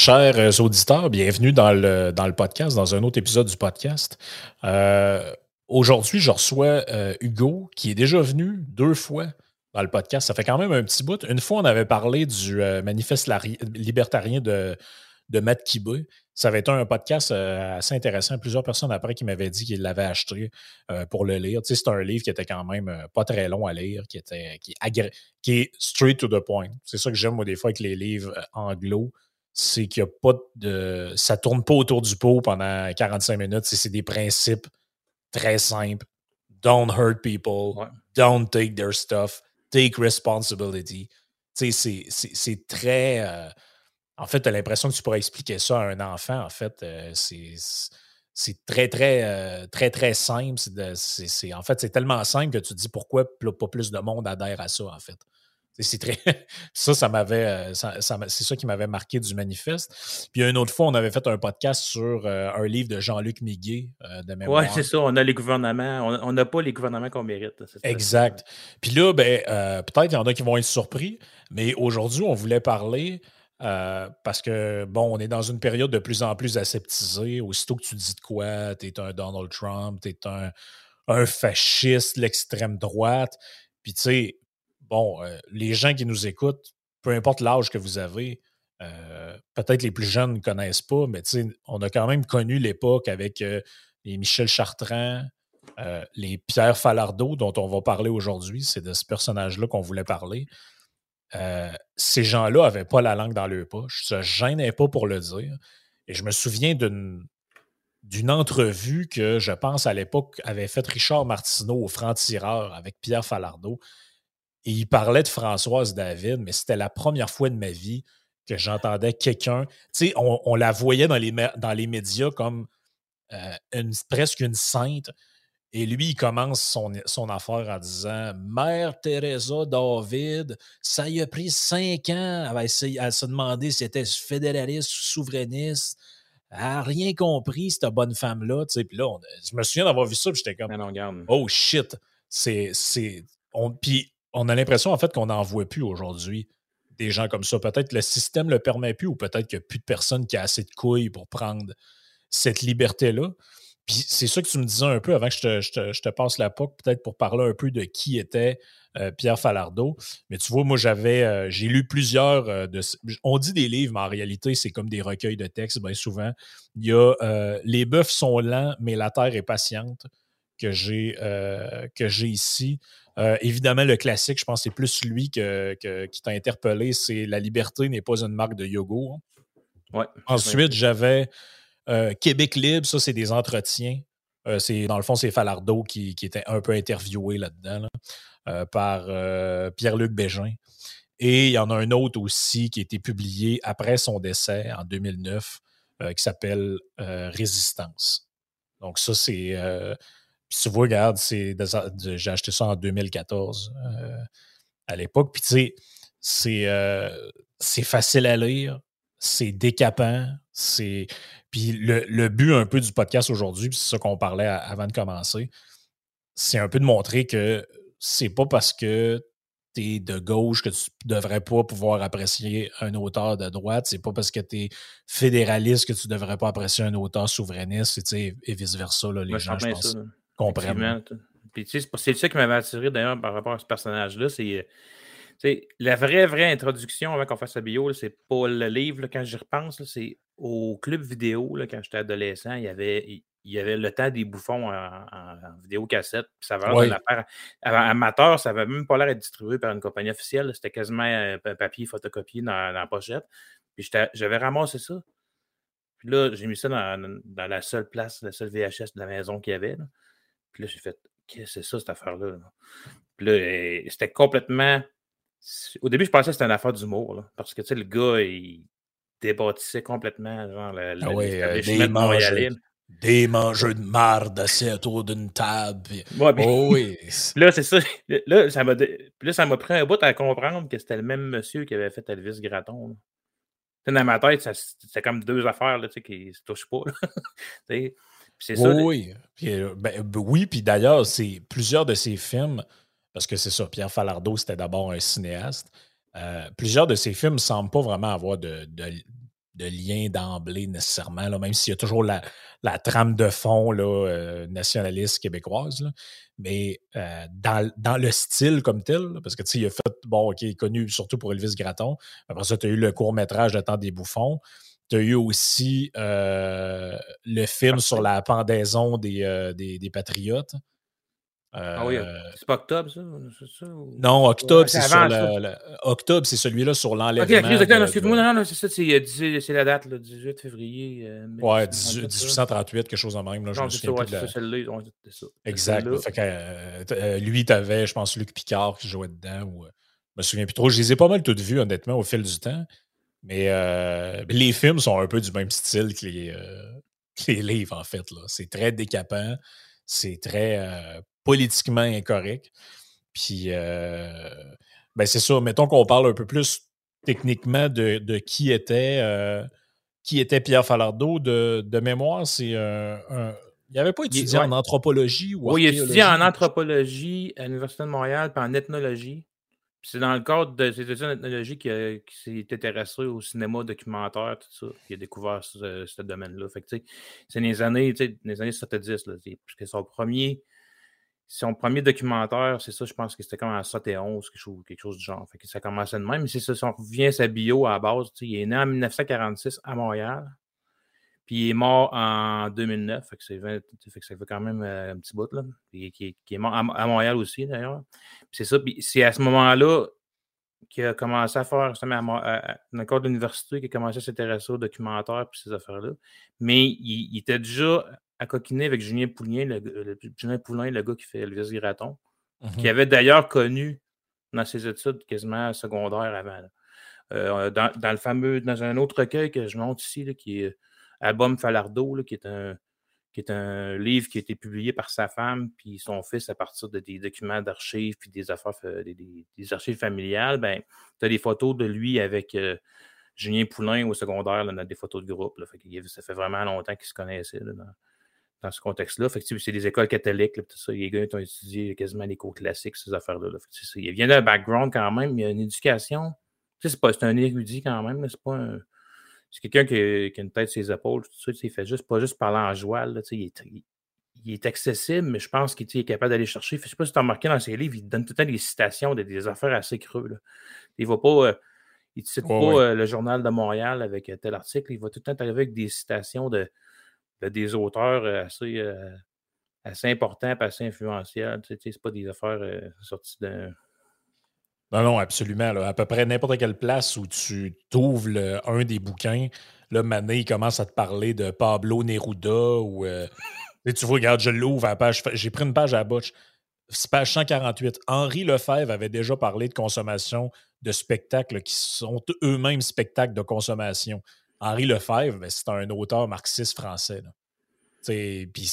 Chers auditeurs, bienvenue dans le podcast, dans un autre épisode du podcast. Aujourd'hui, je reçois Hugo, qui est déjà venu 2 fois dans le podcast. Ça fait quand même un petit bout. Une fois, on avait parlé du manifeste libertarien de Matt Kibbe. Ça avait été un podcast assez intéressant. Plusieurs personnes après qui m'avaient dit qu'ils l'avaient acheté pour le lire. Tu sais, c'est un livre qui était quand même pas très long à lire, qui est straight to the point. C'est ça que j'aime, moi, des fois, avec les livres anglo. C'est qu'il n'y a pas de. Ça tourne pas autour du pot pendant 45 minutes. C'est des principes très simples. Don't hurt people. Ouais. Don't take their stuff. Take responsibility. C'est très. En fait, tu as l'impression que tu pourrais expliquer ça à un enfant. En fait, c'est très, très, très, très simple. En fait, c'est tellement simple que tu te dis pourquoi pas plus de monde adhère à ça, en fait. C'est très. Ça m'avait. C'est ça qui m'avait marqué du manifeste. Puis une autre fois, on avait fait un podcast sur un livre de Jean-Luc Miguet de mémoire. Oui, c'est ça. On a les gouvernements. On n'a pas les gouvernements qu'on mérite. Exact. Puis là, peut-être qu'il y en a qui vont être surpris, mais aujourd'hui, on voulait parler parce que, bon, on est dans une période de plus en plus aseptisée. Aussitôt que tu dis de quoi, tu es un Donald Trump, tu es un fasciste, l'extrême droite. Puis, tu sais, bon, les gens qui nous écoutent, peu importe l'âge que vous avez, peut-être les plus jeunes ne connaissent pas, mais tu sais, on a quand même connu l'époque avec les Michel Chartrand, les Pierre Falardeau, dont on va parler aujourd'hui. C'est de ce personnage-là qu'on voulait parler. Ces gens-là n'avaient pas la langue dans leur poche, ne se gênaient pas pour le dire. Et je me souviens d'une entrevue que, je pense, à l'époque, avait faite Richard Martineau au Franc-Tireur avec Pierre Falardeau. Et il parlait de Françoise David, mais c'était la première fois de ma vie que j'entendais quelqu'un. Tu sais, on la voyait dans les médias comme presque une sainte. Et lui, il commence son affaire en disant « Mère Teresa David, ça y a pris 5 ans à se demander si c'était fédéraliste ou souverainiste. Elle n'a rien compris, cette bonne femme-là. » Puis là, je me souviens d'avoir vu ça, puis j'étais comme « Oh shit! » Puis on a l'impression, en fait, qu'on n'en voit plus aujourd'hui des gens comme ça. Peut-être que le système ne le permet plus ou peut-être qu'il n'y a plus de personnes qui a assez de couilles pour prendre cette liberté-là. Puis c'est ça que tu me disais un peu avant que je te passe la POC, peut-être pour parler un peu de qui était Pierre Falardeau. Mais tu vois, moi, j'ai lu plusieurs on dit des livres, mais en réalité, c'est comme des recueils de textes, bien souvent. Il y a Les bœufs sont lents, mais la terre est patiente que j'ai ici. Évidemment, le classique, je pense que c'est plus lui qui t'a interpellé, c'est La liberté n'est pas une marque de yogourt. Ouais, ensuite, j'avais Québec libre, ça, c'est des entretiens. Dans le fond, c'est Falardeau qui était un peu interviewé là-dedans par Pierre-Luc Bégin. Et il y en a un autre aussi qui a été publié après son décès en 2009 qui s'appelle Résistance. Donc ça, c'est... tu vois, regarde, j'ai acheté ça en 2014 à l'époque. Puis tu sais, c'est facile à lire, c'est décapant, Puis le but un peu du podcast aujourd'hui, puis c'est ça qu'on parlait avant de commencer, c'est un peu de montrer que c'est pas parce que tu es de gauche que tu devrais pas pouvoir apprécier un auteur de droite, c'est pas parce que tu es fédéraliste que tu devrais pas apprécier un auteur souverainiste, et vice-versa. Là, les gens, je pense, comprennent. Puis tu sais, c'est ça qui m'avait attiré d'ailleurs par rapport à ce personnage-là, c'est la vraie introduction avant qu'on fasse la bio, c'est pas le livre, là, quand j'y repense, là, c'est au club vidéo, là, quand j'étais adolescent, il y avait le temps des bouffons en vidéocassette. Puis ça avait l'air d'une affaire amateur, ça avait même pas l'air d'être distribué par une compagnie officielle. C'était quasiment un papier photocopié dans la pochette. Puis j'avais ramassé ça. Puis là, j'ai mis ça dans la seule place, la seule VHS de la maison qu'il y avait. Là. Puis là, j'ai fait, qu'est-ce que c'est ça, cette affaire-là? Là? Puis là, c'était complètement... Au début, je pensais que c'était une affaire d'humour, là, parce que, tu sais, le gars, il débâtissait complètement, genre, l'établissement montréalais. Des mangeux de marde assis autour d'une table. Ouais, oui. Là, c'est ça. Là, ça m'a pris un bout à comprendre que c'était le même monsieur qui avait fait Elvis Gratton. Dans ma tête, c'était comme deux affaires là, qui ne se touchent pas. C'est ça. Oui. Oui, puis d'ailleurs, c'est plusieurs de ces films, parce que c'est ça, Pierre Falardeau, c'était d'abord un cinéaste. Plusieurs de ces films ne semblent pas vraiment avoir de lien d'emblée nécessairement, là, même s'il y a toujours la trame de fond là, nationaliste québécoise. Là. Mais dans le style comme tel, là, parce que il a fait, bon, OK, il est connu surtout pour Elvis Gratton. Après ça, tu as eu le court-métrage Le Temps des Bouffons. Tu as eu aussi le film sur la pendaison des Patriotes. Ah oui, c'est pas Octobre, ça? C'est ça Non, Octobre, c'est c'est sur avant ça. Octobre, c'est celui-là sur Ok, l'enlèvement. excuse-moi, non, c'est ça, c'est la date, le 18 février Ouais, 1838. 1838, quelque chose de même. Là, je Non, me c'est souviens ça, plus ouais, de c'est la. ça, celle-là. C'est ça. C'est Exact. celle-là. Fait que, lui, t'avais, je pense, Luc Picard qui jouait dedans. Ou, je me souviens plus trop. Je les ai pas mal toutes vues, honnêtement, au fil du temps. Mais les films sont un peu du même style que les livres, en fait. Là. C'est très décapant. C'est très politiquement incorrect. Puis, ben c'est ça. Mettons qu'on parle un peu plus techniquement de qui était Pierre Falardeau. De mémoire, c'est il n'avait pas étudié Ouais. en anthropologie ou Oui, il a étudié archéologie. en anthropologie à l'Université de Montréal puis en ethnologie. Puis c'est dans le cadre de ses études en ethnologie qu'il s'est intéressé au cinéma documentaire, tout ça. Puis il a découvert ce domaine-là. Fait que, c'est dans les années 70, là, puisque son premier documentaire, c'est ça, je pense que c'était comme en 71, quelque chose du genre. Fait que ça commençait de même. Mais c'est ça, si on revient à sa bio à la base, il est né en 1946 à Montréal. Puis il est mort en 2009. Fait que, fait que ça fait quand même un petit bout, là. Puis qui est mort à Montréal aussi, d'ailleurs. Puis c'est ça. Puis c'est à ce moment-là qu'il a commencé à faire, justement, dans le cadre de l'université, qu'il a commencé à s'intéresser aux documentaires et ces affaires-là. Mais il était déjà à coquiner avec Julien Poulin, le gars qui fait Elvis Gratton, qui avait d'ailleurs connu dans ses études quasiment secondaires avant. Dans un autre recueil que je montre ici, là, qui est Album Falardeau, là, qui est un livre qui a été publié par sa femme puis son fils à partir de des documents d'archives puis des affaires, des archives familiales. Ben, tu as des photos de lui avec Julien Poulin au secondaire, là, dans des photos de groupe. Là. Ça fait vraiment longtemps qu'ils se connaissaient là, dans ce contexte-là. Fait que, c'est des écoles catholiques, là, tout ça. Les gars ont étudié quasiment les cours classiques, ces affaires-là. Là. Il vient d'un background quand même, il y a une éducation. C'est un érudit quand même, là, c'est quelqu'un qui a une tête sur les épaules, tout ça, il fait pas juste parler en joual, là, il est accessible, mais je pense qu'il est capable d'aller chercher. Je ne sais pas si tu as remarqué dans ses livres, il donne tout le temps des citations, des affaires assez creux. Là. Il va pas, il ne cite pas le Journal de Montréal avec tel article, il va tout le temps arriver avec des citations de des auteurs assez importants et assez influentiels. C'est pas des affaires sorties d'un. Non, absolument. Là. À peu près n'importe quelle place où tu t'ouvres un des bouquins, là, Mané, il commence à te parler de Pablo Neruda ou. Tu vois, regarde, je l'ouvre à la page. J'ai pris une page à la botche. C'est page 148. Henri Lefebvre avait déjà parlé de consommation de spectacles qui sont eux-mêmes spectacles de consommation. Henri Lefebvre, ben, c'est un auteur marxiste français. Puis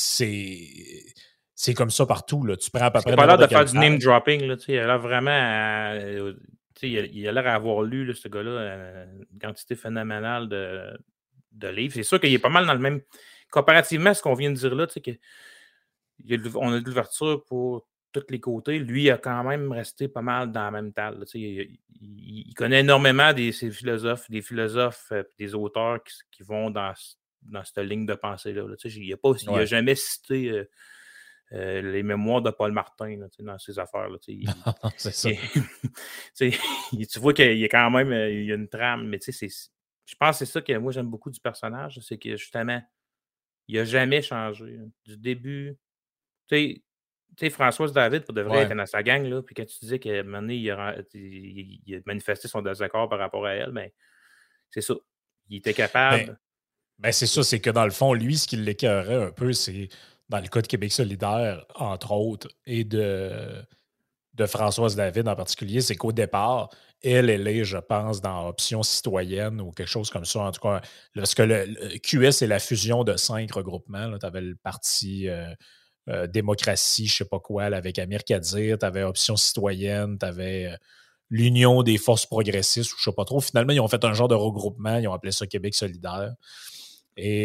c'est comme ça partout. Là. Tu prends à peu près Il n'a pas l'air de n'importe faire quelle du name page. dropping. Là, il a l'air vraiment. Il a l'air d'avoir lu, là, ce gars-là, une quantité phénoménale de livres. C'est sûr qu'il est pas mal dans le même. Comparativement à ce qu'on vient de dire là, on a de l'ouverture pour tous les côtés. Lui, il a quand même resté pas mal dans la même table. Là, il connaît énormément des philosophes, des auteurs qui vont dans cette ligne de pensée-là. Là, il n'a jamais cité. Les mémoires de Paul Martin là, dans ses affaires. Là, c'est ça. Tu vois qu'il y a quand même il y a une trame, mais je pense que c'est ça que moi j'aime beaucoup du personnage, c'est que justement, il n'a jamais changé. Hein. Du début, tu sais, Françoise David, pour de vrai, était dans sa gang, là, puis quand tu disais qu'à un moment donné, il a manifesté son désaccord par rapport à elle, ben, c'est ça. Il était capable. Ben c'est ça, c'est que dans le fond, lui, ce qui l'écœurait un peu, c'est dans le cas de Québec solidaire, entre autres, et de Françoise David en particulier, c'est qu'au départ, elle est, je pense, dans Option citoyenne ou quelque chose comme ça. En tout cas, parce que le QS, c'est la fusion de 5 regroupements. Tu avais le parti démocratie, je sais pas quoi, là, avec Amir Kadir, tu avais Option citoyenne, tu avais l'Union des forces progressistes, ou je sais pas trop. Finalement, ils ont fait un genre de regroupement, ils ont appelé ça Québec solidaire. Et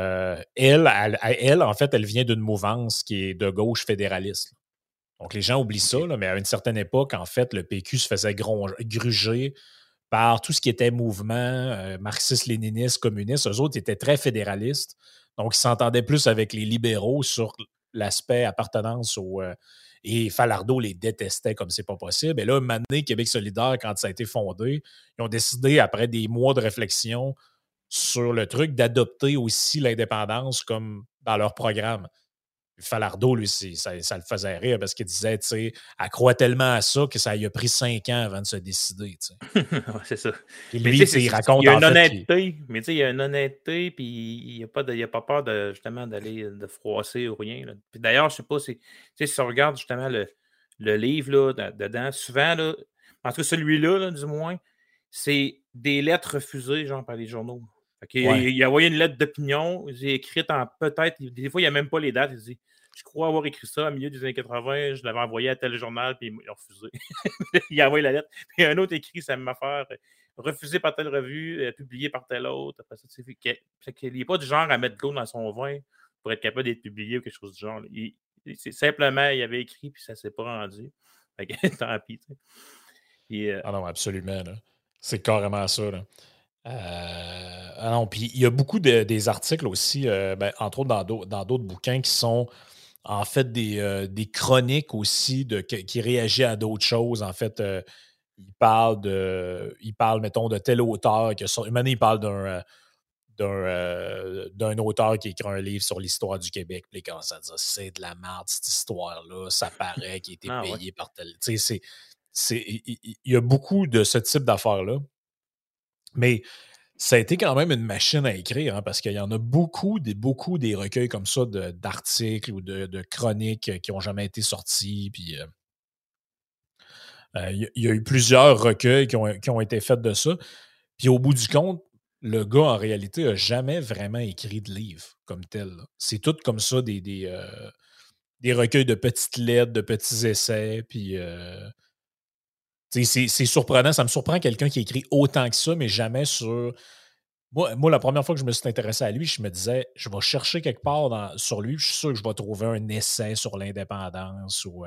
elle, en fait, elle vient d'une mouvance qui est de gauche fédéraliste. Donc, les gens oublient ça, là, mais à une certaine époque, en fait, le PQ se faisait gruger par tout ce qui était mouvement marxiste-léniniste, communiste. Eux autres étaient très fédéralistes. Donc, ils s'entendaient plus avec les libéraux sur l'aspect appartenance au. Et Falardeau les détestait comme c'est pas possible. Et là, un moment donné, Québec solidaire, quand ça a été fondé, ils ont décidé, après des mois de réflexion sur le truc, d'adopter aussi l'indépendance comme dans leur programme. Falardeau, lui, ça le faisait rire parce qu'il disait, tu sais, elle croit tellement à ça que ça lui a pris 5 ans avant de se décider, tu sais. Ouais, c'est ça. Puis Mais lui, tu tu sais, sais, il il raconte y a en une fait qu'il. honnêteté. Mais tu sais, il y a une honnêteté, puis il a pas peur de, justement d'aller de froisser ou rien. Là. Puis d'ailleurs, je sais pas si, tu sais, si on regarde justement le livre là, dedans, souvent, là, en tout cas celui-là, là, du moins, c'est des lettres refusées, genre par les journaux. Ouais. Il a envoyé une lettre d'opinion, j'ai écrite en peut-être, des fois, il n'y a même pas les dates. Il dit je crois avoir écrit ça au milieu des années 80, je l'avais envoyé à tel journal, puis ils l'ont refusé. Il a envoyé la lettre. Puis un autre écrit, ça même affaire, refusé par telle revue, publié par telle autre. Après ça, il n'est pas du genre à mettre de l'eau dans son vin pour être capable d'être publié ou quelque chose du genre. C'est simplement, il avait écrit, puis ça ne s'est pas rendu. Fait que, tant pis. Puis, Ah non, absolument. Là. C'est carrément ça. Là. Ah non, puis il y a beaucoup des articles aussi, ben, entre autres dans d'autres bouquins qui sont en fait des chroniques aussi qui réagissent à d'autres choses. En fait, il parle, mettons, de tel auteur. Une année, il parle d'un auteur qui écrit un livre sur l'histoire du Québec. Puis il commence à dire c'est de la merde, cette histoire-là. Ça paraît qu'il a été ah ouais. payé par tel. Tu sais, il y a beaucoup de ce type d'affaires-là. Mais ça a été quand même une machine à écrire, hein, parce qu'il y en a beaucoup des recueils comme ça d'articles ou de chroniques qui n'ont jamais été sortis. Puis il y a eu plusieurs recueils qui ont été faits de ça. Puis au bout du compte, le gars, en réalité, n'a jamais vraiment écrit de livre comme tel. Là. C'est tout comme ça, des recueils de petites lettres, de petits essais. Puis c'est surprenant. Ça me surprend quelqu'un qui écrit autant que ça, mais jamais sur. Moi, la première fois que je me suis intéressé à lui, je me disais, je vais chercher quelque part sur lui, je suis sûr que je vais trouver un essai sur l'indépendance ou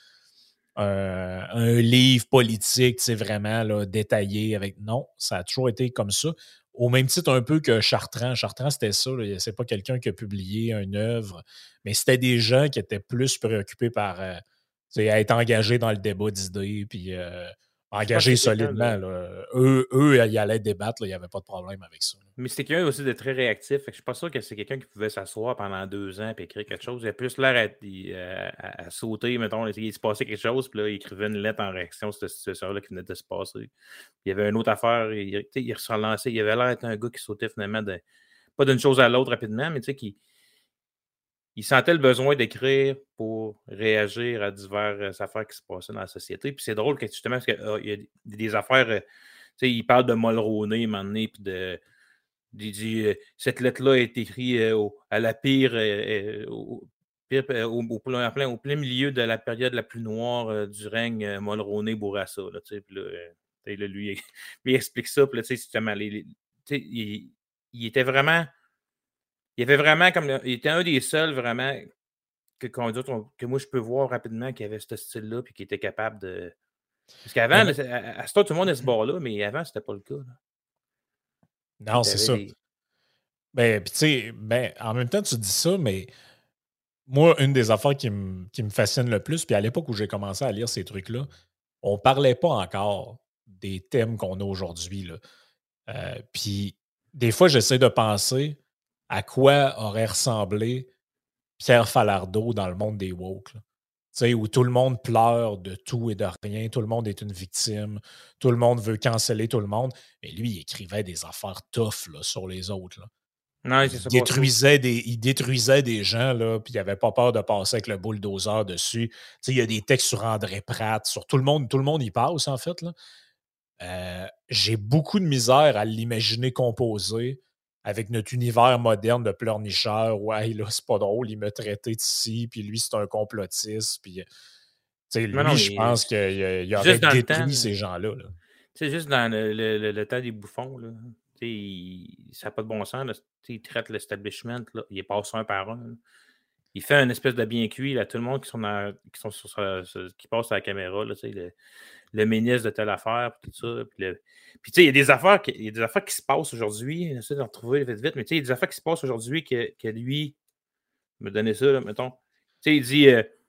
un livre politique, c'est vraiment là, détaillé avec. Non, ça a toujours été comme ça. Au même titre un peu que Chartrand. Chartrand, c'était ça. C'est pas quelqu'un qui a publié une œuvre, mais c'était des gens qui étaient plus préoccupés par être engagés dans le débat d'idées, puis Je pense que engagés c'est quelqu'un solidement. de. Là. Ils allaient débattre, là, il n'y avait pas de problème avec ça. Mais c'est quelqu'un aussi de très réactif. Fait que je suis pas sûr que c'est quelqu'un qui pouvait s'asseoir pendant 2 ans et écrire quelque chose. Il a plus l'air à sauter, mettons, il se passait quelque chose, puis là, il écrivait une lettre en réaction à cette situation-là qui venait de se passer. Il y avait une autre affaire, il se relançait. Il avait l'air d'être un gars qui sautait finalement pas d'une chose à l'autre rapidement, mais tu sais, il sentait le besoin d'écrire pour réagir à diverses affaires qui se passaient dans la société. Puis c'est drôle que justement, parce qu'il y a des affaires, tu sais, il parle de Mulroney, à un moment donné, puis il dit cette lettre-là est écrite à la pire, au plein milieu de la période la plus noire du règne Mulroney-Bourassa. Là, tu sais, puis là, lui, lui, il explique ça. Puis là, tu sais, justement, tu sais, il était vraiment. Il avait vraiment comme. Il était un des seuls vraiment que moi je peux voir rapidement qui avait ce style-là puis qui était capable de. Parce qu'avant, Mais à ce temps, tout le monde est ce bord-là, mais avant, c'était pas le cas. Là. non, Tu c'est avais ça. des. Ben, puis tu sais, ben, en même temps, tu dis ça, mais moi, une des affaires qui me fascine le plus, puis à l'époque où j'ai commencé à lire ces trucs-là, on parlait pas encore des thèmes qu'on a aujourd'hui. Là. Puis des fois, j'essaie de penser à quoi aurait ressemblé Pierre Falardeau dans le monde des woke. Là. Tu sais, où tout le monde pleure de tout et de rien, tout le monde est une victime, tout le monde veut canceller tout le monde. Mais lui, il écrivait des affaires tough là, sur les autres. Là. Non, c'est ça pas trop. Il détruisait des gens, là, puis il n'avait pas peur de passer avec le bulldozer dessus. Tu sais, il y a des textes sur André Pratt, sur tout le monde y passe, en fait. Là. J'ai beaucoup de misère à l'imaginer composé avec notre univers moderne de pleurnicheur. Ouais, là, c'est pas drôle, il m'a traité d'ici, puis lui, c'est un complotiste. Puis, tu sais, Non, non, lui, je mais pense qu'il aurait juste dans le temps, détruit ces gens-là. Là. tu sais, juste dans le temps des bouffons, là, tu sais, ça n'a pas de bon sens. Là, tu sais, il traite l'establishment, là, il est passé un par un. Là. il fait une espèce de bien cuit à tout le monde qui passe à la caméra, là, le ministre de telle affaire, puis tout ça. Puis tu sais, il y a des affaires qui se passent aujourd'hui. J'essaie de retrouver vite, vite, mais tu sais, il y a des affaires qui se passent aujourd'hui que lui me donnait ça, là, mettons. Tu sais, il dit.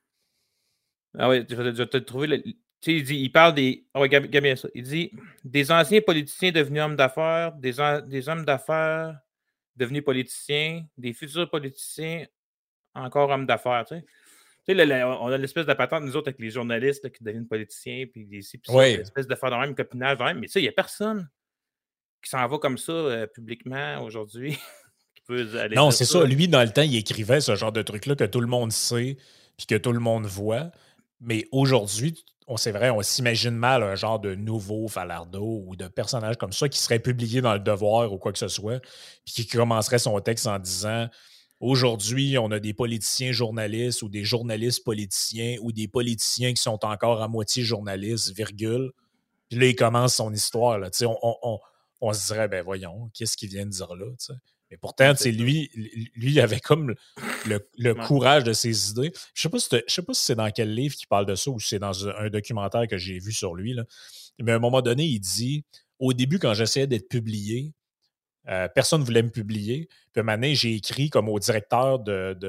Ah oui, je vais te trouver. Tu sais, il parle des. Ah oui, regarde bien ça. Il dit des anciens politiciens devenus hommes d'affaires, des hommes d'affaires devenus politiciens, des futurs politiciens encore hommes d'affaires, tu sais. Tu sais, on a l'espèce de patente, nous autres, avec les journalistes là, qui deviennent politiciens, puis des ci, puis ça, puis Oui. l'espèce de faire de même, copinage de même. Mais tu sais, il n'y a personne qui s'en va comme ça publiquement aujourd'hui qui peut aller Non, dire c'est ça. ça. Lui, dans le temps, il écrivait ce genre de truc-là que tout le monde sait puis que tout le monde voit. Mais aujourd'hui, c'est vrai, on s'imagine mal un genre de nouveau Falardeau ou de personnage comme ça qui serait publié dans Le Devoir ou quoi que ce soit, puis qui commencerait son texte en disant aujourd'hui, on a des politiciens journalistes ou des journalistes politiciens ou des politiciens qui sont encore à moitié journalistes, virgule. Puis là, il commence son histoire. Là. On se dirait, ben voyons, qu'est-ce qu'il vient de dire là? T'sais? Mais pourtant, Non, c'est ça. lui, il avait comme le Ouais. courage de ses idées. Je ne sais pas si c'est dans quel livre qu'il parle de ça ou si c'est dans un documentaire que j'ai vu sur lui. Là. Mais à un moment donné, il dit au début, quand j'essayais d'être publié, personne ne voulait me publier. Puis un moment donné, j'ai écrit comme au directeur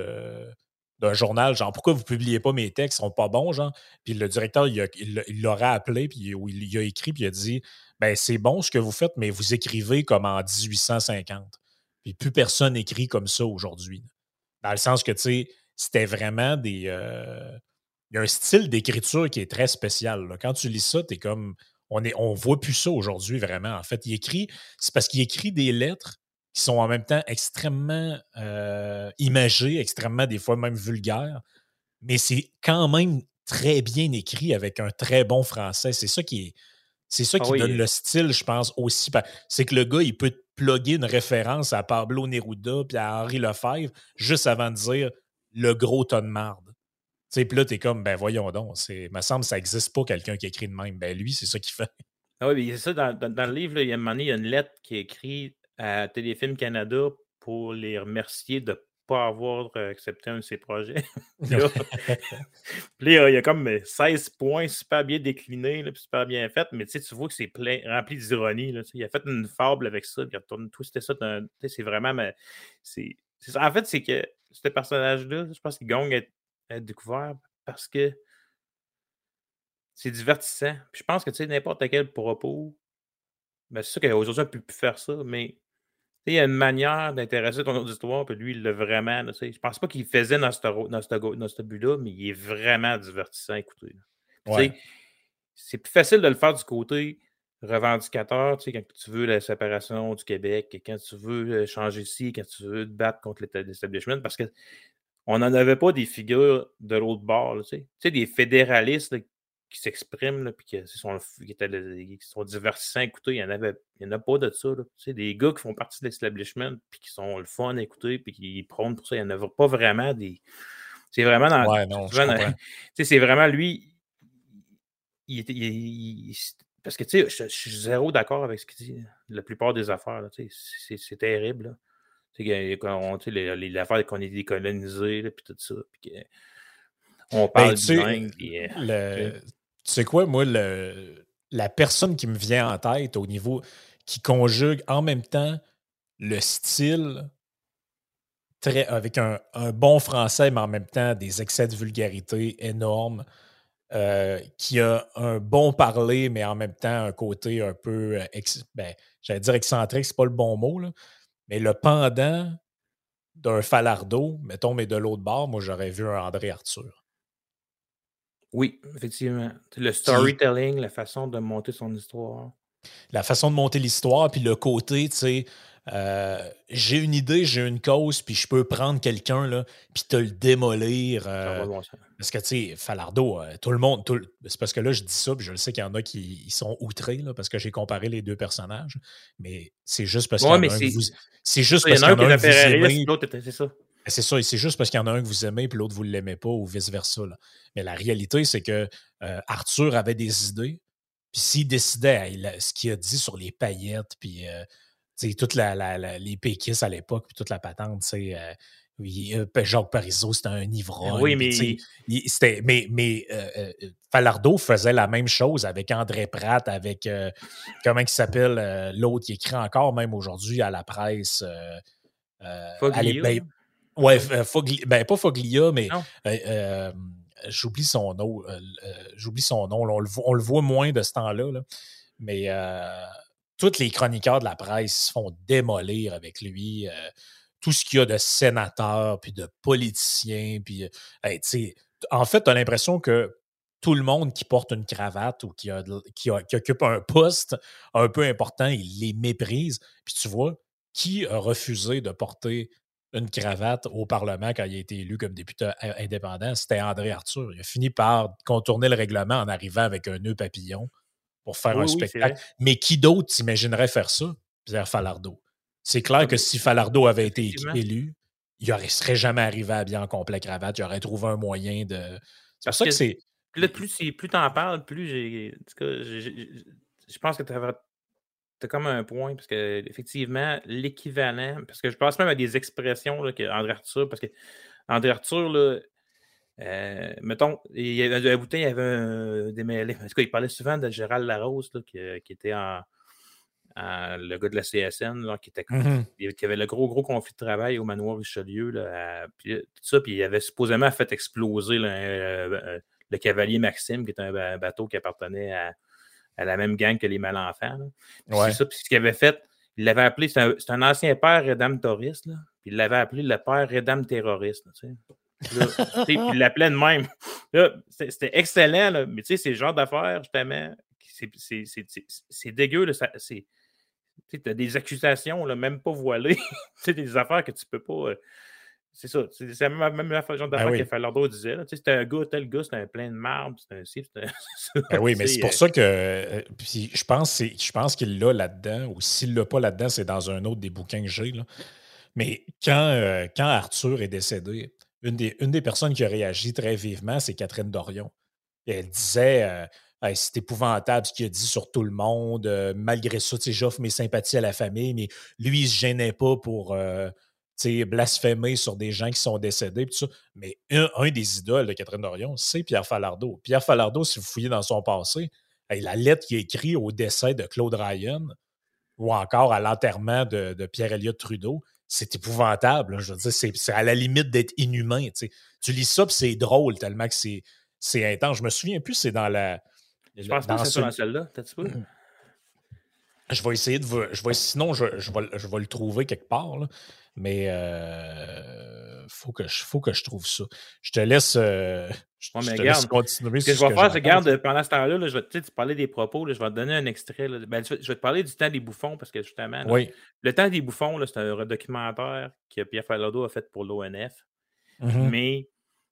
d'un journal, genre, pourquoi vous ne publiez pas mes textes, ils sont pas bons, genre. Puis le directeur, il l'aurait appelé, puis il a écrit, puis il a dit, ben c'est bon ce que vous faites, mais vous écrivez comme en 1850. Puis plus personne écrit comme ça aujourd'hui. Dans le sens que, tu sais, c'était vraiment des... il y a un style d'écriture qui est très spécial. Là. Quand tu lis ça, tu es comme... On voit plus ça aujourd'hui, vraiment. En fait, c'est parce qu'il écrit des lettres qui sont en même temps extrêmement imagées, extrêmement, des fois même vulgaires, mais c'est quand même très bien écrit avec un très bon français. C'est ça Ah qui donne oui. le style, je pense, aussi. C'est que le gars, il peut te plugger une référence à Pablo Neruda puis à Henri Lefebvre juste avant de dire le gros tas de marde. Puis là, t'es comme, ben voyons donc, me semble que ça n'existe pas quelqu'un qui écrit de même. Ben lui, c'est ça qu'il fait. Ah oui, mais c'est ça, dans le livre, là, il y a un moment donné, il y a une lettre qui est écrite à Téléfilm Canada pour les remercier de ne pas avoir accepté un de ses projets. Puis là, il y a comme 16 points super bien déclinés, là, puis super bien faits, mais tu vois que c'est rempli d'ironie. Là, il a fait une fable avec ça, puis il a retourné twisté ça. C'est vraiment. C'est ça. En fait, c'est que ce personnage-là, je pense qu'il gagne à être découvert parce que c'est divertissant. Puis je pense que n'importe quel propos, ben, c'est sûr qu'aujourd'hui, on ne peut plus faire ça, mais il y a une manière d'intéresser ton auditoire, puis lui, il l'a vraiment. Là, je pense pas qu'il faisait dans ce but-là, mais il est vraiment divertissant à écouter. Ouais. C'est plus facile de le faire du côté revendicateur, quand tu veux la séparation du Québec, quand tu veux changer ici, quand tu veux te battre contre l'establishment, parce qu'on n'en avait pas des figures de l'autre bord, là, des fédéralistes là, qui s'expriment, puis qui sont divertissants à écouter. Il n'y en a pas de ça. Là. Des gars qui font partie de l'establishment, puis qui sont le fun à écouter, puis qui prônent pour ça. Il n'y en a pas vraiment des. C'est vraiment dans. Ouais, non, je comprends. C'est vraiment lui. Parce que, tu sais, je suis zéro d'accord avec ce qu'il dit. La plupart des affaires, là, c'est terrible. Là. L'affaire qu'on est décolonisé, puis tout ça. Puis on Ben, parle tu sais, bilingue. tu sais quoi, moi, la personne qui me vient en tête au niveau qui conjugue en même temps le style avec un bon français, mais en même temps des excès de vulgarité énormes, qui a un bon parler, mais en même temps un côté un peu, j'allais dire excentrique, c'est pas le bon mot, là, mais le pendant d'un Falardeau, mettons, mais de l'autre bord, moi, j'aurais vu un André Arthur. Oui, effectivement. Le Qui est storytelling, la façon de monter son histoire. la façon de monter l'histoire, puis le côté, tu sais, j'ai une idée, j'ai une cause, puis je peux prendre quelqu'un, là, puis te le démolir. Ça va bon sens. Parce que, tu sais, Falardeau, tout le monde, c'est parce que là, je dis ça, puis je le sais qu'il y en a qui ils sont outrés, là, parce que j'ai comparé les deux personnages, mais c'est juste parce qu'il y Oui, en mais a un que vous... c'est C'est juste ça. Il y parce en a qu'il y un en qui a un est que vous impérialiste, aimez. l'autre, c'est ça. C'est ça, et c'est juste parce qu'il y en a un que vous aimez, puis l'autre, vous ne l'aimez pas, ou vice-versa. Là. Mais la réalité, c'est que Arthur avait des idées, puis s'il décidait, ce qu'il a dit sur les paillettes, puis toutes les péquistes à l'époque, puis toute la patente, Oui, Jacques Parizeau, c'était un ivrogne. Oui, Puis, tu sais, mais Falardeau faisait la même chose avec André Pratt, avec comment il s'appelle l'autre qui écrit encore, même aujourd'hui, à la presse. Foglia, Ben, là? ouais, Non? ben, pas Foglia, mais Non? euh, euh, j'oublie son nom. J'oublie son nom. Là, on le voit moins de ce temps-là. Là. Mais tous les chroniqueurs de la presse se font démolir avec lui. Tout ce qu'il y a de sénateurs, puis de politiciens, puis hey, tu sais, en fait, tu as l'impression que tout le monde qui porte une cravate ou qui occupe un poste un peu important, il les méprise. Puis tu vois, qui a refusé de porter une cravate au Parlement quand il a été élu comme député indépendant? C'était André Arthur. Il a fini par contourner le règlement en arrivant avec un nœud papillon pour faire un Oui, oui, c'est spectacle. vrai. Mais qui d'autre t'imaginerait faire ça? Pierre Falardeau. C'est clair Ah, que ben, si Falardeau avait été effectivement. élu, il ne serait jamais arrivé à bien en complet cravate. Il aurait trouvé un moyen de. C'est pour Parce ça que que c'est. là, plus t'en parles, plus j'ai. En tout cas, je pense que t'as comme un point, parce que effectivement, l'équivalent, parce que je pense même à des expressions là, que André Arthur, parce que André Arthur, là, mettons, il y avait un boutin, il y avait un démêlé. En tout cas, il parlait souvent de Gérald Larose, là, qui était le gars de la CSN, là, Mhm. qui avait le gros conflit de travail au manoir Richelieu, là, puis tout ça, puis il avait supposément fait exploser là, le Cavalier Maxime, qui est un bateau qui appartenait à la même gang que les Malenfants. Là. Puis c'est Ouais. ça, puis ce qu'il avait fait, il l'avait appelé, c'est un ancien père rédemptoriste, là, puis il l'avait appelé le père rédempterroriste, tu sais. Là, puis il l'appelait de même. Là, c'était excellent, là, mais tu sais, c'est le genre d'affaires, justement, c'est dégueu, là, tu as des accusations, là, même pas voilées. Tu des affaires que tu peux pas. C'est ça. C'est la même genre Ben d'affaires que oui. Falardeau disait. Là. C'était un gars, tel gars, c'était un plein de marbre, c'était un ci, c'était un ça. Ben oui, mais c'est pour Tu ça que puis je pense qu'il l'a là-dedans, ou s'il l'a pas là-dedans, c'est dans un autre des bouquins que j'ai. Là. Mais quand Arthur est décédé, une des personnes qui a réagi très vivement, c'est Catherine Dorion. Et elle disait Hey, c'est épouvantable ce qu'il a dit sur tout le monde. Malgré ça, tu sais, j'offre mes sympathies à la famille, mais lui, il se gênait pas pour tu sais, blasphémer sur des gens qui sont décédés. Tout ça. Mais un des idoles de Catherine Dorion, c'est Pierre Falardeau. Pierre Falardeau, si vous fouillez dans son passé, hey, la lettre qu'il a écrite au décès de Claude Ryan ou encore à l'enterrement de Pierre-Éliott Trudeau, c'est épouvantable. Là. Je veux dire, c'est à la limite d'être inhumain. Tu sais. Tu lis ça, puis c'est drôle tellement que c'est intense. Je me souviens plus, c'est dans je pense pas que dans c'est ça ce. dans celle-là. T'as-tu peu? Je vais essayer de. Sinon, je vais le trouver quelque part. Là. Mais faut que je trouve ça. Je te laisse, Ouais, je mais te laisse regarde, continuer ce que sur je ce vais que faire, c'est, j'entends. regarde, pendant ce temps-là, là, tu parlais des propos, là, je vais te donner un extrait. Là. Ben, je vais te parler du temps des bouffons, parce que justement, là, Oui. le temps des bouffons, là, c'est un documentaire que Pierre Falardeau a fait pour l'ONF. Mhm. Mais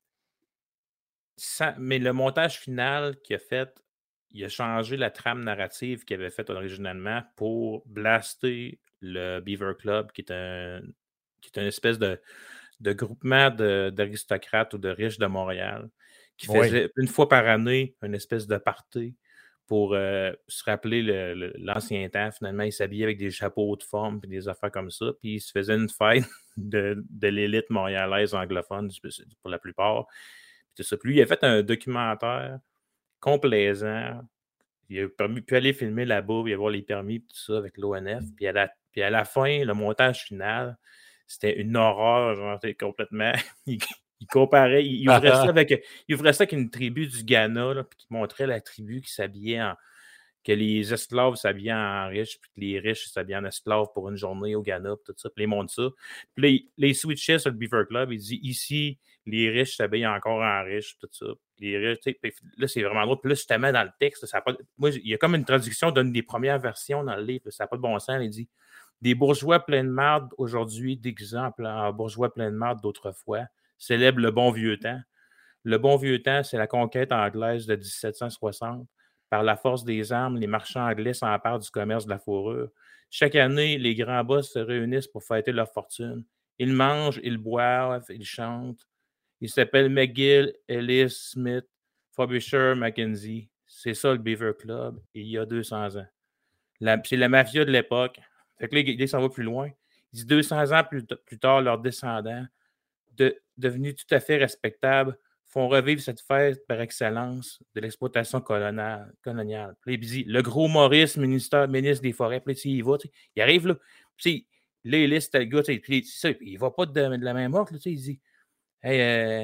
mais le montage final qu'il a fait, il a changé la trame narrative qu'il avait faite originalement pour blaster le Beaver Club, qui est une espèce de groupement d'aristocrates ou de riches de Montréal, qui Oui. faisait une fois par année une espèce de party pour se rappeler l'ancien temps. Finalement, ils s'habillaient avec des chapeaux de forme et des affaires comme ça. Puis ils se faisaient une fête de l'élite montréalaise anglophone pour la plupart. Puis tout ça. Puis lui, il a fait un documentaire complaisant. Il a pu aller filmer là-bas, puis avoir les permis, tout ça, avec l'ONF. Puis à la fin, le montage final, c'était une horreur, genre, c'était complètement. Il comparait, il ouvrait ça avec une tribu du Ghana, là, puis il montrait la tribu qui s'habillait que les esclaves s'habillaient en riches, puis que les riches s'habillaient en esclaves pour une journée au Ghana, puis tout ça, puis ils montrent ça. Puis là, les switches sur le Beaver Club, il dit ici, les riches s'habillent encore en riches, tout ça. Les riches, tu sais, là, c'est vraiment drôle. Puis là, justement, dans le texte, moi, il y a comme une traduction d'une des premières versions dans le livre, ça n'a pas de bon sens. Il dit des bourgeois pleins de marde aujourd'hui, d'exemple en bourgeois pleins de marde d'autrefois, célèbrent le bon vieux temps. Le bon vieux temps, c'est la conquête anglaise de 1760. Par la force des armes, les marchands anglais s'emparent du commerce de la fourrure. Chaque année, les grands boss se réunissent pour fêter leur fortune. Ils mangent, ils boivent, ils chantent. Ils s'appellent McGill, Ellis, Smith, Frobisher, Mackenzie. C'est ça le Beaver Club, il y a 200 ans. C'est la mafia de l'époque. Fait que là, il s'en va plus loin. Il dit 200 ans plus tard, leurs descendants devenus tout à fait respectables, font revivre cette fête par excellence de l'exploitation coloniale. Puis là, il dit le gros Maurice, ministre des Forêts, puis là, il va, il arrive là, puis là, il liste le gars, puis ça, il va pas de la main morte, là, il dit hey,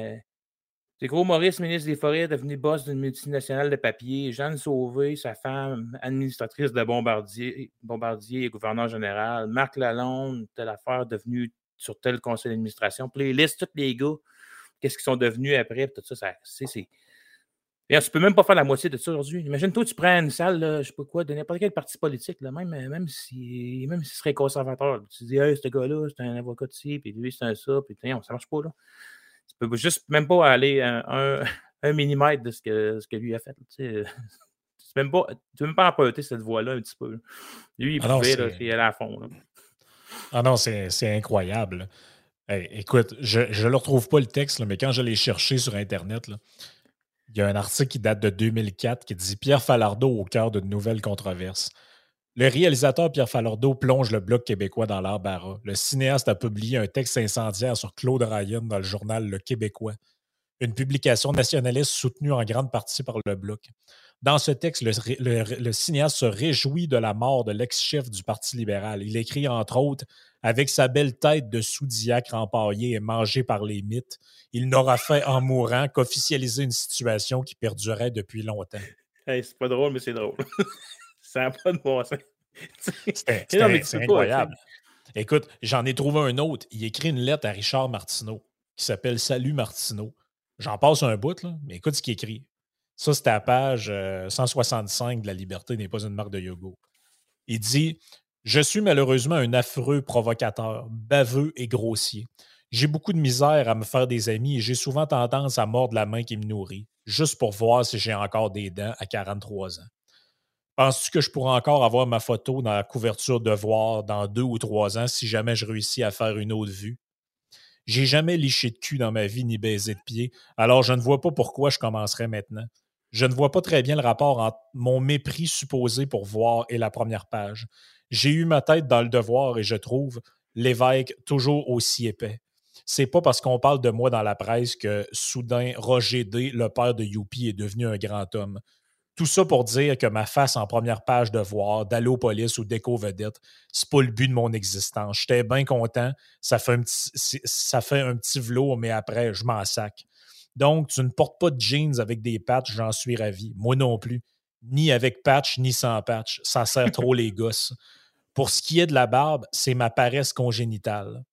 c'est gros Maurice, ministre des Forêts, devenu boss d'une multinationale de papier. Jeanne Sauvé, sa femme, administratrice de Bombardier et gouverneur général. Marc Lalonde, telle affaire, devenu sur tel conseil d'administration. Puis il liste tous les gars, qu'est-ce qu'ils sont devenus après, tout ça, c'est... Et tu peux même pas faire la moitié de ça aujourd'hui. Imagine-toi, tu prends une salle, là, je sais pas quoi, de n'importe quel parti politique, là, même s'il serait conservateur. Là, tu dis, hey, ce gars-là, c'est un avocat de ci, puis lui, c'est un ça, puis ça marche pas, là. Tu peux juste même pas aller un millimètre de ce que lui a fait. Tu ne peux même pas emprunter cette voie-là un petit peu. Là. Lui, il pouvait, là, il allait à fond. Là. Ah non, c'est incroyable. Hey, écoute, je ne le retrouve pas le texte, là, mais quand je l'ai cherché sur Internet, là, il y a un article qui date de 2004 qui dit Pierre Falardeau au cœur d'une nouvelle controverse. Le réalisateur Pierre Falardeau plonge le Bloc québécois dans l'embarras. Le cinéaste a publié un texte incendiaire sur Claude Ryan dans le journal Le Québécois, une publication nationaliste soutenue en grande partie par le Bloc. Dans ce texte, le cinéaste se réjouit de la mort de l'ex-chef du Parti libéral. Il écrit, entre autres, avec sa belle tête de sous-diacre empaillé et mangé par les mythes, il n'aura fait en mourant qu'officialiser une situation qui perdurait depuis longtemps. Hey, c'est pas drôle, mais c'est drôle. Ça n'a pas de bon sens. C'est incroyable. Écoute, j'en ai trouvé un autre. Il écrit une lettre à Richard Martineau qui s'appelle Salut Martineau. J'en passe un bout, là, mais écoute ce qu'il écrit. Ça, c'est à la page 165 de La liberté n'est pas une marque de yoga. Il dit Je suis malheureusement un affreux provocateur, baveux et grossier. J'ai beaucoup de misère à me faire des amis et j'ai souvent tendance à mordre la main qui me nourrit, juste pour voir si j'ai encore des dents à 43 ans. Penses-tu que je pourrais encore avoir ma photo dans la couverture Devoir dans 2 ou 3 ans si jamais je réussis à faire une autre vue? J'ai jamais liché de cul dans ma vie ni baisé de pied, alors je ne vois pas pourquoi je commencerais maintenant. Je ne vois pas très bien le rapport entre mon mépris supposé pour voir et la première page. J'ai eu ma tête dans le Devoir et je trouve l'évêque toujours aussi épais. C'est pas parce qu'on parle de moi dans la presse que soudain Roger D, le père de Youpi, est devenu un grand homme. Tout ça pour dire que ma face en première page de Voir, d'Allo Police ou d'Éco Vedette, c'est pas le but de mon existence. J'étais bien content. Ça fait un petit velours, mais après, je m'en sac. Donc, tu ne portes pas de jeans avec des patchs, j'en suis ravi. Moi non plus. Ni avec patch, ni sans patch. Ça sert trop les gosses. Pour ce qui est de la barbe, c'est ma paresse congénitale.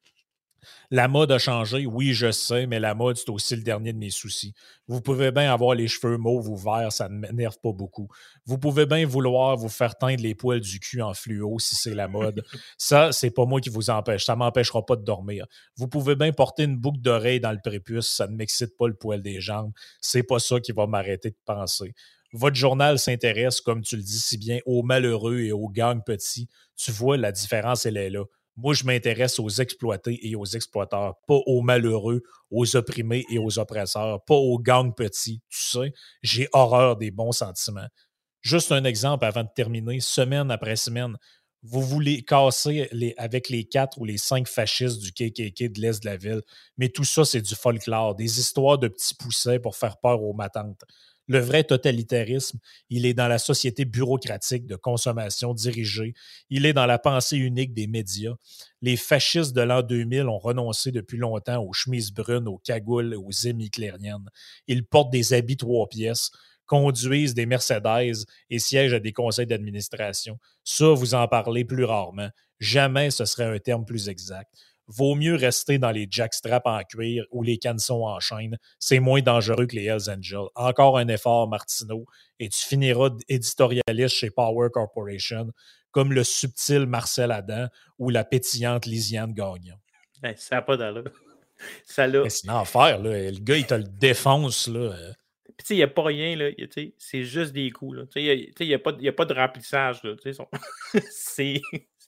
La mode a changé, oui, je sais, mais la mode, c'est aussi le dernier de mes soucis. Vous pouvez bien avoir les cheveux mauves ou verts, ça ne m'énerve pas beaucoup. Vous pouvez bien vouloir vous faire teindre les poils du cul en fluo si c'est la mode. Ça, c'est pas moi qui vous empêche. Ça m'empêchera pas de dormir. Vous pouvez bien porter une boucle d'oreille dans le prépuce, ça ne m'excite pas le poil des jambes. C'est pas ça qui va m'arrêter de penser. Votre journal s'intéresse, comme tu le dis si bien, aux malheureux et aux gangs petits. Tu vois, la différence, elle est là. Moi, je m'intéresse aux exploités et aux exploiteurs, pas aux malheureux, aux opprimés et aux oppresseurs, pas aux gangs petits. Tu sais, j'ai horreur des bons sentiments. Juste un exemple avant de terminer. Semaine après semaine, vous voulez casser avec les 4 ou les 5 fascistes du KKK de l'Est de la ville, mais tout ça, c'est du folklore, des histoires de petits poussets pour faire peur aux matantes. Le vrai totalitarisme, il est dans la société bureaucratique de consommation dirigée. Il est dans la pensée unique des médias. Les fascistes de l'an 2000 ont renoncé depuis longtemps aux chemises brunes, aux cagoules, aux hymnes hitlériennes. Ils portent des habits 3 pièces, conduisent des Mercedes et siègent à des conseils d'administration. Ça, vous en parlez plus rarement. Jamais ce serait un terme plus exact. Vaut mieux rester dans les jackstraps en cuir ou les canessons en chaîne. C'est moins dangereux que les Hells Angels. Encore un effort, Martineau, et tu finiras éditorialiste chez Power Corporation, comme le subtil Marcel Adam ou la pétillante Lisiane Gagnon. Ben, ça n'a pas d'allure. Ça l'a. C'est une affaire, là. Le gars, il te le défonce, là. Puis, tu sais, il n'y a pas rien, là. C'est juste des coups, là. Tu sais, il n'y a pas de remplissage, là. C'est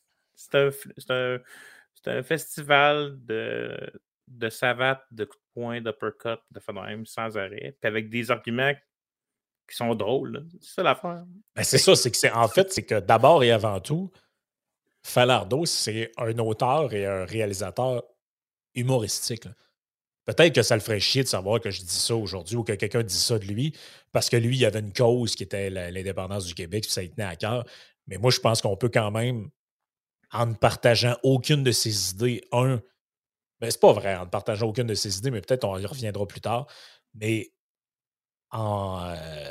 un festival de savates, de coups de poing, d'uppercut, de phénomènes sans arrêt, puis avec des arguments qui sont drôles, là. C'est ça l'affaire. Ben, c'est ça, en fait, c'est que d'abord et avant tout, Falardeau, c'est un auteur et un réalisateur humoristique, là. Peut-être que ça le ferait chier de savoir que je dis ça aujourd'hui ou que quelqu'un dit ça de lui, parce que lui, il avait une cause qui était l'indépendance du Québec, puis ça lui tenait à cœur. Mais moi, je pense qu'on peut quand même, en ne partageant aucune de ses idées, mais c'est pas vrai, en ne partageant aucune de ses idées, mais peut-être on y reviendra plus tard, mais en,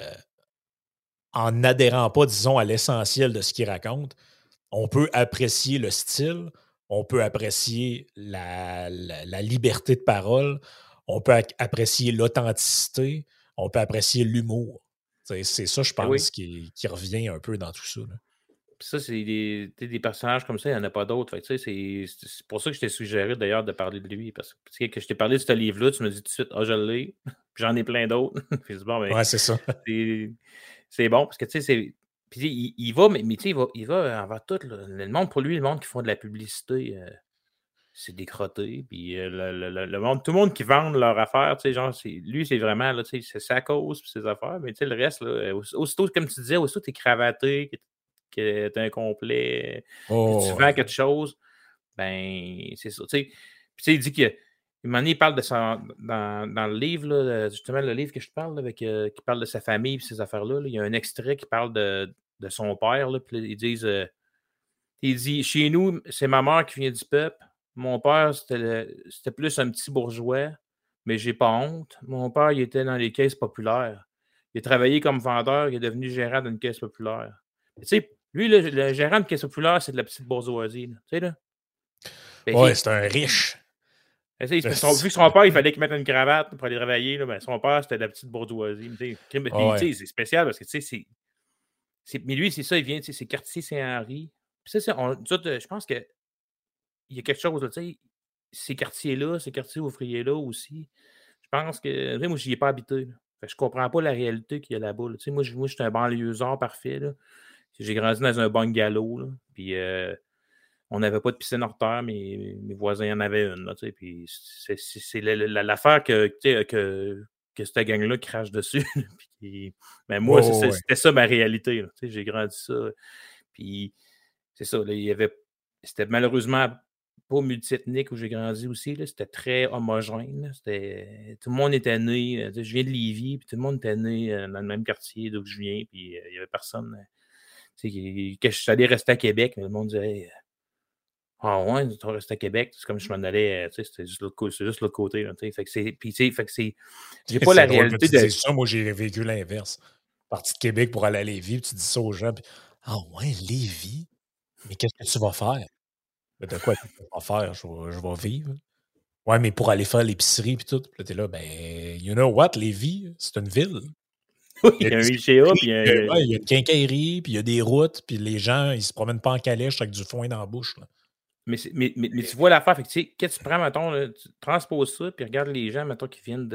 en n'adhérant pas, disons, à l'essentiel de ce qu'il raconte, on peut apprécier le style, on peut apprécier la liberté de parole, on peut apprécier l'authenticité, on peut apprécier l'humour. C'est ça, je Ben oui. pense, qui revient un peu dans tout ça. Là. Puis ça, c'est des personnages comme ça, il n'y en a pas d'autres. Fait que, c'est pour ça que je t'ai suggéré d'ailleurs de parler de lui. Parce que je t'ai parlé de ce livre-là, tu me dis tout de suite, ah, je l'ai. Puis j'en ai plein d'autres. Puis c'est bon, mais Ouais, c'est ça. c'est bon parce que tu sais, c'est. Puis il va, mais tu sais, il va envers tout. Là. Le monde, pour lui, le monde qui font de la publicité, c'est des crottés. Puis le monde, tout le monde qui vend leur affaire, tu sais, genre, lui, c'est vraiment, là, tu sais, c'est sa cause, puis ses affaires. Mais tu sais, le reste, là, aussitôt, comme tu disais, aussitôt, t'es cravaté, que tu as un complet, que tu Oh, vends quelque chose, ben, c'est ça. Tu sais. Puis, tu sais, il dit que. Un moment donné, il parle de dans le livre, là, justement, le livre que je parle, avec, qui parle de sa famille et ces affaires-là. Là, il y a un extrait qui parle de son père. Là, puis là, ils disent il dit chez nous, c'est ma mère qui vient du peuple. Mon père, c'était plus un petit bourgeois, mais j'ai pas honte. Mon père, il était dans les caisses populaires. Il a travaillé comme vendeur, il est devenu gérant d'une caisse populaire. Tu sais, lui, le gérant de caisse populaire, c'est de la petite bourgeoisie. Tu sais, là. Ben, ouais, c'est un riche. vu que son père, il fallait qu'il mette une cravate pour aller travailler, là, ben, son père, c'était de la petite bourgeoisie. Puis, Ouais. c'est spécial parce que, tu sais, mais lui, c'est ça, il vient, c'est quartier Saint-Henri. Puis, ça, je pense qu'il y a quelque chose, là, tu sais, ces quartiers-là, ces quartiers ouvriers-là aussi, je pense que, tu sais, moi, je n'y ai pas habité. Là. Fait que je comprends pas la réalité qu'il y a là-bas. Là. Tu sais, moi, je suis un banlieusard parfait. Là. J'ai grandi dans un bungalow. Là, puis, on n'avait pas de piscine hors terre, mais mes voisins en avaient une. Là, tu sais, puis c'est l'affaire que cette gang-là crache dessus. Puis, ben moi, Ouais. c'était ça ma réalité. Là, tu sais, j'ai grandi ça. Puis c'est ça. Là, c'était malheureusement pas multiethnique où j'ai grandi aussi. Là, c'était très homogène. Là, tout le monde était né. Tu sais, je viens de Lévis, puis tout le monde était né dans le même quartier d'où je viens. Puis il n'y avait personne. Tu sais, que je suis allé rester à Québec, mais le monde disait hey, ah ouais, tu vas rester à Québec. C'est comme si je m'en allais, tu sais, c'était juste l'autre côté, c'est juste l'autre côté. Là, tu sais. Fait que c'est. Puis, tu sais, fait que c'est. J'ai pas la C'est drôle que réalité tu de. dises ça. Moi, j'ai vécu l'inverse. Parti de Québec pour aller à Lévis, puis tu dis ça aux gens. Puis, ah ouais, Lévis? Mais qu'est-ce que tu vas faire? Ben, de quoi tu vas faire? Je vais vivre. Ouais, mais pour aller faire l'épicerie puis tout. Puis là, t'es là, ben, you know what, Lévis, c'est une ville. Oui, Il y il a y a un des IGA, épiceries, puis ouais, il y a une quincaillerie, puis il y a des routes, puis les gens, ils se promènent pas en calèche avec du foin dans la bouche. Là. mais tu vois l'affaire. Fait que, tu sais, quand tu prends, mettons, là, tu transposes ça, puis regarde les gens, mettons, qui viennent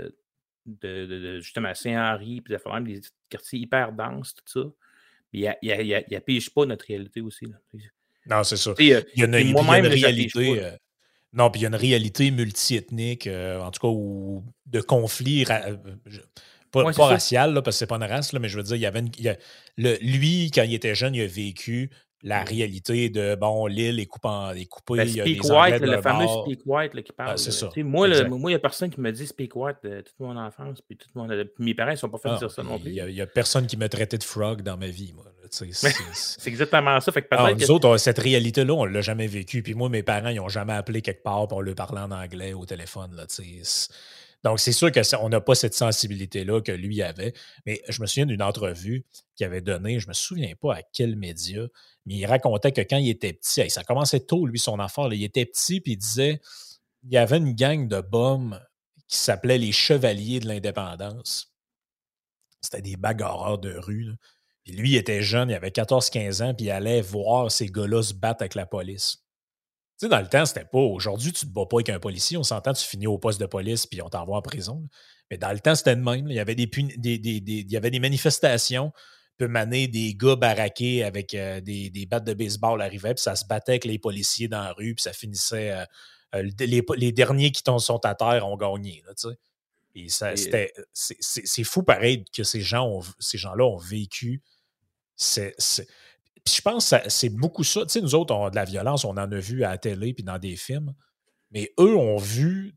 de justement Saint-Henri, puis des quartiers hyper denses, tout ça. Puis il n'affiche pas notre réalité aussi. Là. Non, c'est ça. Tu sais, Puis il y a une moi-même, j'affiche pas. réalité. Non, puis il y a une réalité multiethnique, en tout cas, de conflits, Oui, c'est pas ça. racial, là, parce que c'est pas une race, là, mais je veux dire, lui, quand il était jeune, il a vécu la réalité de, bon, l'île est coupée, Ben, il y a Speak des Anglais White, de le leur fameux bord. Speak White là, qui Ah, parle. c'est Tu ça, sais, moi, exact. il n'y a personne qui me dit Speak White toute mon enfance. Puis mes parents ne sont pas fait Ah, dire ça puis non il plus. y a personne qui m'a traité de frog dans ma vie, moi. Là, tu sais, C'est exactement ça. Fait que Ah, peut-être nous que. autres, cette réalité-là, on ne l'a jamais vécue. Puis moi, mes parents, ils n'ont jamais appelé quelque part pour leur parler en anglais au téléphone. Là, donc, c'est sûr qu'on n'a pas cette sensibilité-là que lui avait. Mais je me souviens d'une entrevue qu'il avait donnée, je ne me souviens pas à quel média, mais il racontait que quand il était petit, hey, ça commençait tôt, lui, son affaire. Là, il était petit, puis il disait il y avait une gang de bums qui s'appelait les Chevaliers de l'Indépendance. C'était des bagarreurs de rue. Là. Puis lui, il était jeune, il avait 14-15 ans, puis il allait voir ces gars-là se battre avec la police. Tu sais, dans le temps, c'était pas. Aujourd'hui, tu te bats pas avec un policier. On s'entend, tu finis au poste de police, puis on t'envoie en prison. Là. Mais dans le temps, c'était de même. Là. Il y avait il y avait des manifestations. Peut maner des gars baraqués avec des battes de baseball arrivaient, puis ça se battait avec les policiers dans la rue, puis ça finissait. Les derniers qui sont à terre ont gagné. Là, tu sais. Et c'est fou pareil que ces gens-là ont vécu. Puis je pense que c'est beaucoup ça. Tu sais, nous autres, on a de la violence, on en a vu à la télé puis dans des films. Mais eux ont vu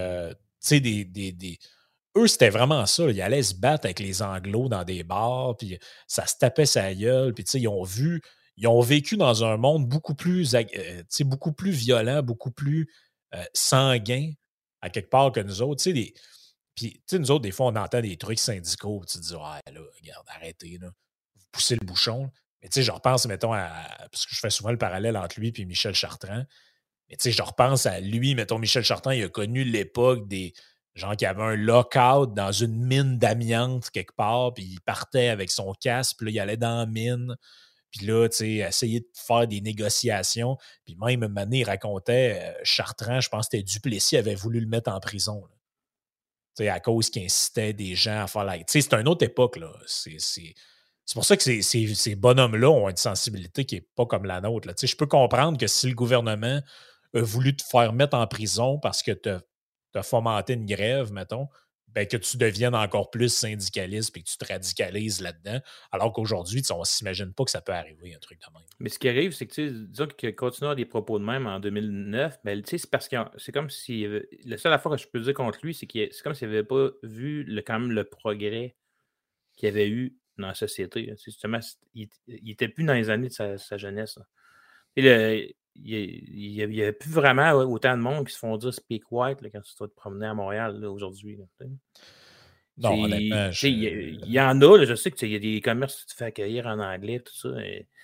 eux, c'était vraiment ça. Ils allaient se battre avec les Anglos dans des bars, puis ça se tapait sa gueule. Puis, ils ont vécu dans un monde beaucoup plus violent, beaucoup plus sanguin, à quelque part que nous autres. Puis, nous autres, des fois, on entend des trucs syndicaux, puis tu te dis, ouais, là, regarde, arrêtez, là. Vous poussez le bouchon. Mais, je repense, mettons, parce que je fais souvent le parallèle entre lui et Michel Chartrand. Mais je repense à lui, mettons, Michel Chartrand, il a connu l'époque des gens qui avaient un lockout dans une mine d'amiante quelque part, puis il partait avec son casque, puis là, il allait dans la mine, puis là, essayer de faire des négociations. Puis même, une année, il racontait, Chartrand, je pense que c'était Duplessis, avait voulu le mettre en prison, à cause qu'il incitait des gens à faire la... C'est une autre époque, là. C'est pour ça que ces bonhommes-là ont une sensibilité qui n'est pas comme la nôtre. Là. Je peux comprendre que si le gouvernement a voulu te faire mettre en prison parce que tu as fomenté une grève, mettons, ben que tu deviennes encore plus syndicaliste et que tu te radicalises là-dedans, alors qu'aujourd'hui, on ne s'imagine pas que ça peut arriver, un truc de même. Mais ce qui arrive, c'est que, disons qu'il continue à avoir des propos de même en 2009, ben, c'est parce que c'est comme si... La seule affaire que je peux dire contre lui, c'est que c'est comme s'il n'avait pas vu quand même le progrès qu'il y avait eu dans la société. Justement, il n'était plus dans les années de sa jeunesse. Et il n'y avait plus vraiment autant de monde qui se font dire speak white là, quand tu vas te promener à Montréal aujourd'hui. Non, honnêtement, il y en a, là, je sais qu'il y a des commerces que tu te fais accueillir en anglais, tout ça.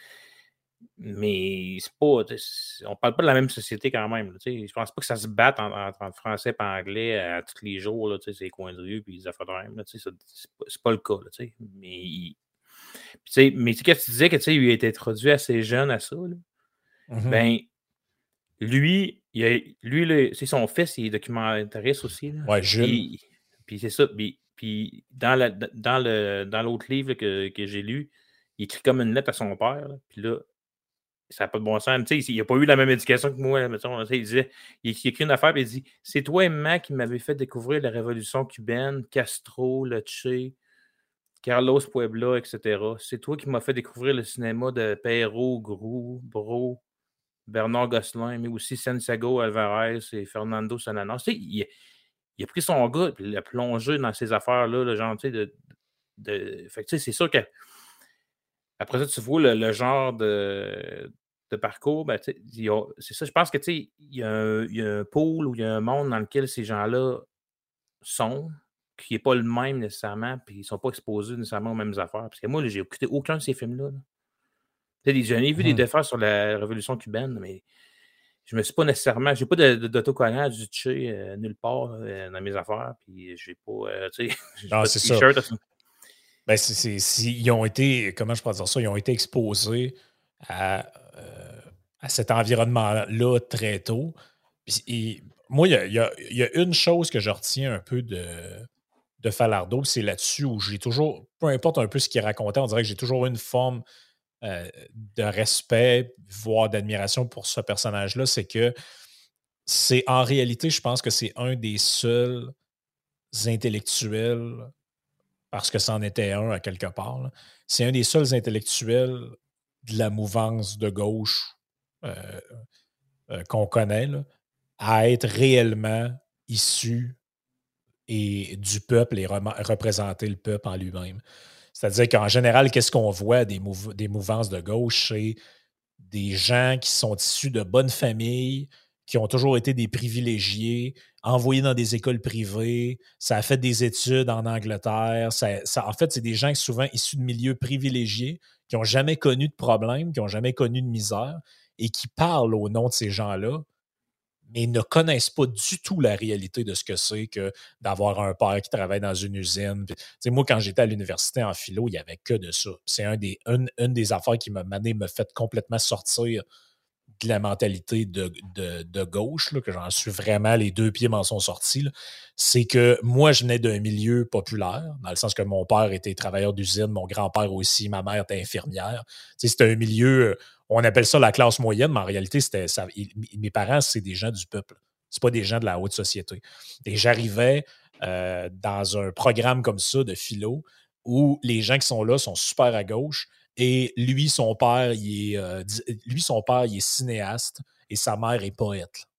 Mais c'est pas. On parle pas de la même société quand même. Je pense pas que ça se batte entre français et anglais tous les jours, là, ces coins de rue et les affaires de même. C'est pas le cas. Mais qu'est-ce que tu disais que il a été introduit assez jeune à ça? Là? Mm-hmm. Ben, lui, c'est son fils, il est documentariste aussi. Là. Ouais, Jules. Puis c'est ça. Puis dans l'autre livre là, que j'ai lu, il écrit comme une lettre à son père. Là, puis là, ça n'a pas de bon sens. Il n'a pas eu la même éducation que moi. Mettons, il écrit une affaire et il dit c'est toi et maman qui m'avez fait découvrir la révolution cubaine, Castro, le Che, Carlos Puebla, etc. C'est toi qui m'as fait découvrir le cinéma de Perrault, Groux, Bro, Bernard Gosselin, mais aussi Santiago Alvarez et Fernando Solanas. Il a pris son gars et l'a plongé dans ces affaires-là, le genre, Fait que, c'est sûr que après ça, tu vois le genre de parcours, ben, c'est ça. Je pense que il y a un pôle ou il y a un monde dans lequel ces gens-là sont, qui n'est pas le même nécessairement, puis ils ne sont pas exposés nécessairement aux mêmes affaires. Parce que moi, j'ai écouté aucun de ces films-là. J'en ai vu des défaites sur la révolution cubaine, mais je me suis pas nécessairement. J'ai pas d'autocollant du Che nulle part dans mes affaires, puis j'ai pas. J'ai pas de t-shirt. Ben, ils ont été, comment je peux dire ça, ils ont été exposés à cet environnement-là très tôt. Moi, il y a une chose que je retiens un peu de Falardeau, c'est là-dessus où j'ai toujours, peu importe un peu ce qu'il racontait, on dirait que j'ai toujours une forme de respect, voire d'admiration pour ce personnage-là, c'est que c'est en réalité, je pense que c'est un des seuls intellectuels parce que c'en était un à quelque part. Là. C'est un des seuls intellectuels de la mouvance de gauche qu'on connaît là, à être réellement issu du peuple et représenter le peuple en lui-même. C'est-à-dire qu'en général, qu'est-ce qu'on voit des mouvances de gauche? C'est des gens qui sont issus de bonnes familles, qui ont toujours été des privilégiés, envoyés dans des écoles privées, ça a fait des études en Angleterre. En fait, c'est des gens souvent issus de milieux privilégiés, qui n'ont jamais connu de problème, qui n'ont jamais connu de misère, et qui parlent au nom de ces gens-là, mais ne connaissent pas du tout la réalité de ce que c'est que d'avoir un père qui travaille dans une usine. Puis, moi, quand j'étais à l'université en philo, il n'y avait que de ça. C'est une des affaires qui m'a fait complètement sortir de la mentalité de gauche, là, que j'en suis vraiment, les deux pieds m'en sont sortis. C'est que moi, je venais d'un milieu populaire, dans le sens que mon père était travailleur d'usine, mon grand-père aussi, ma mère était infirmière. C'était un milieu, on appelle ça la classe moyenne, mais en réalité, mes parents, c'est des gens du peuple. C'est pas des gens de la haute société. Et j'arrivais dans un programme comme ça de philo où les gens qui sont là sont super à gauche. Et lui, son père, il est cinéaste et sa mère est poète.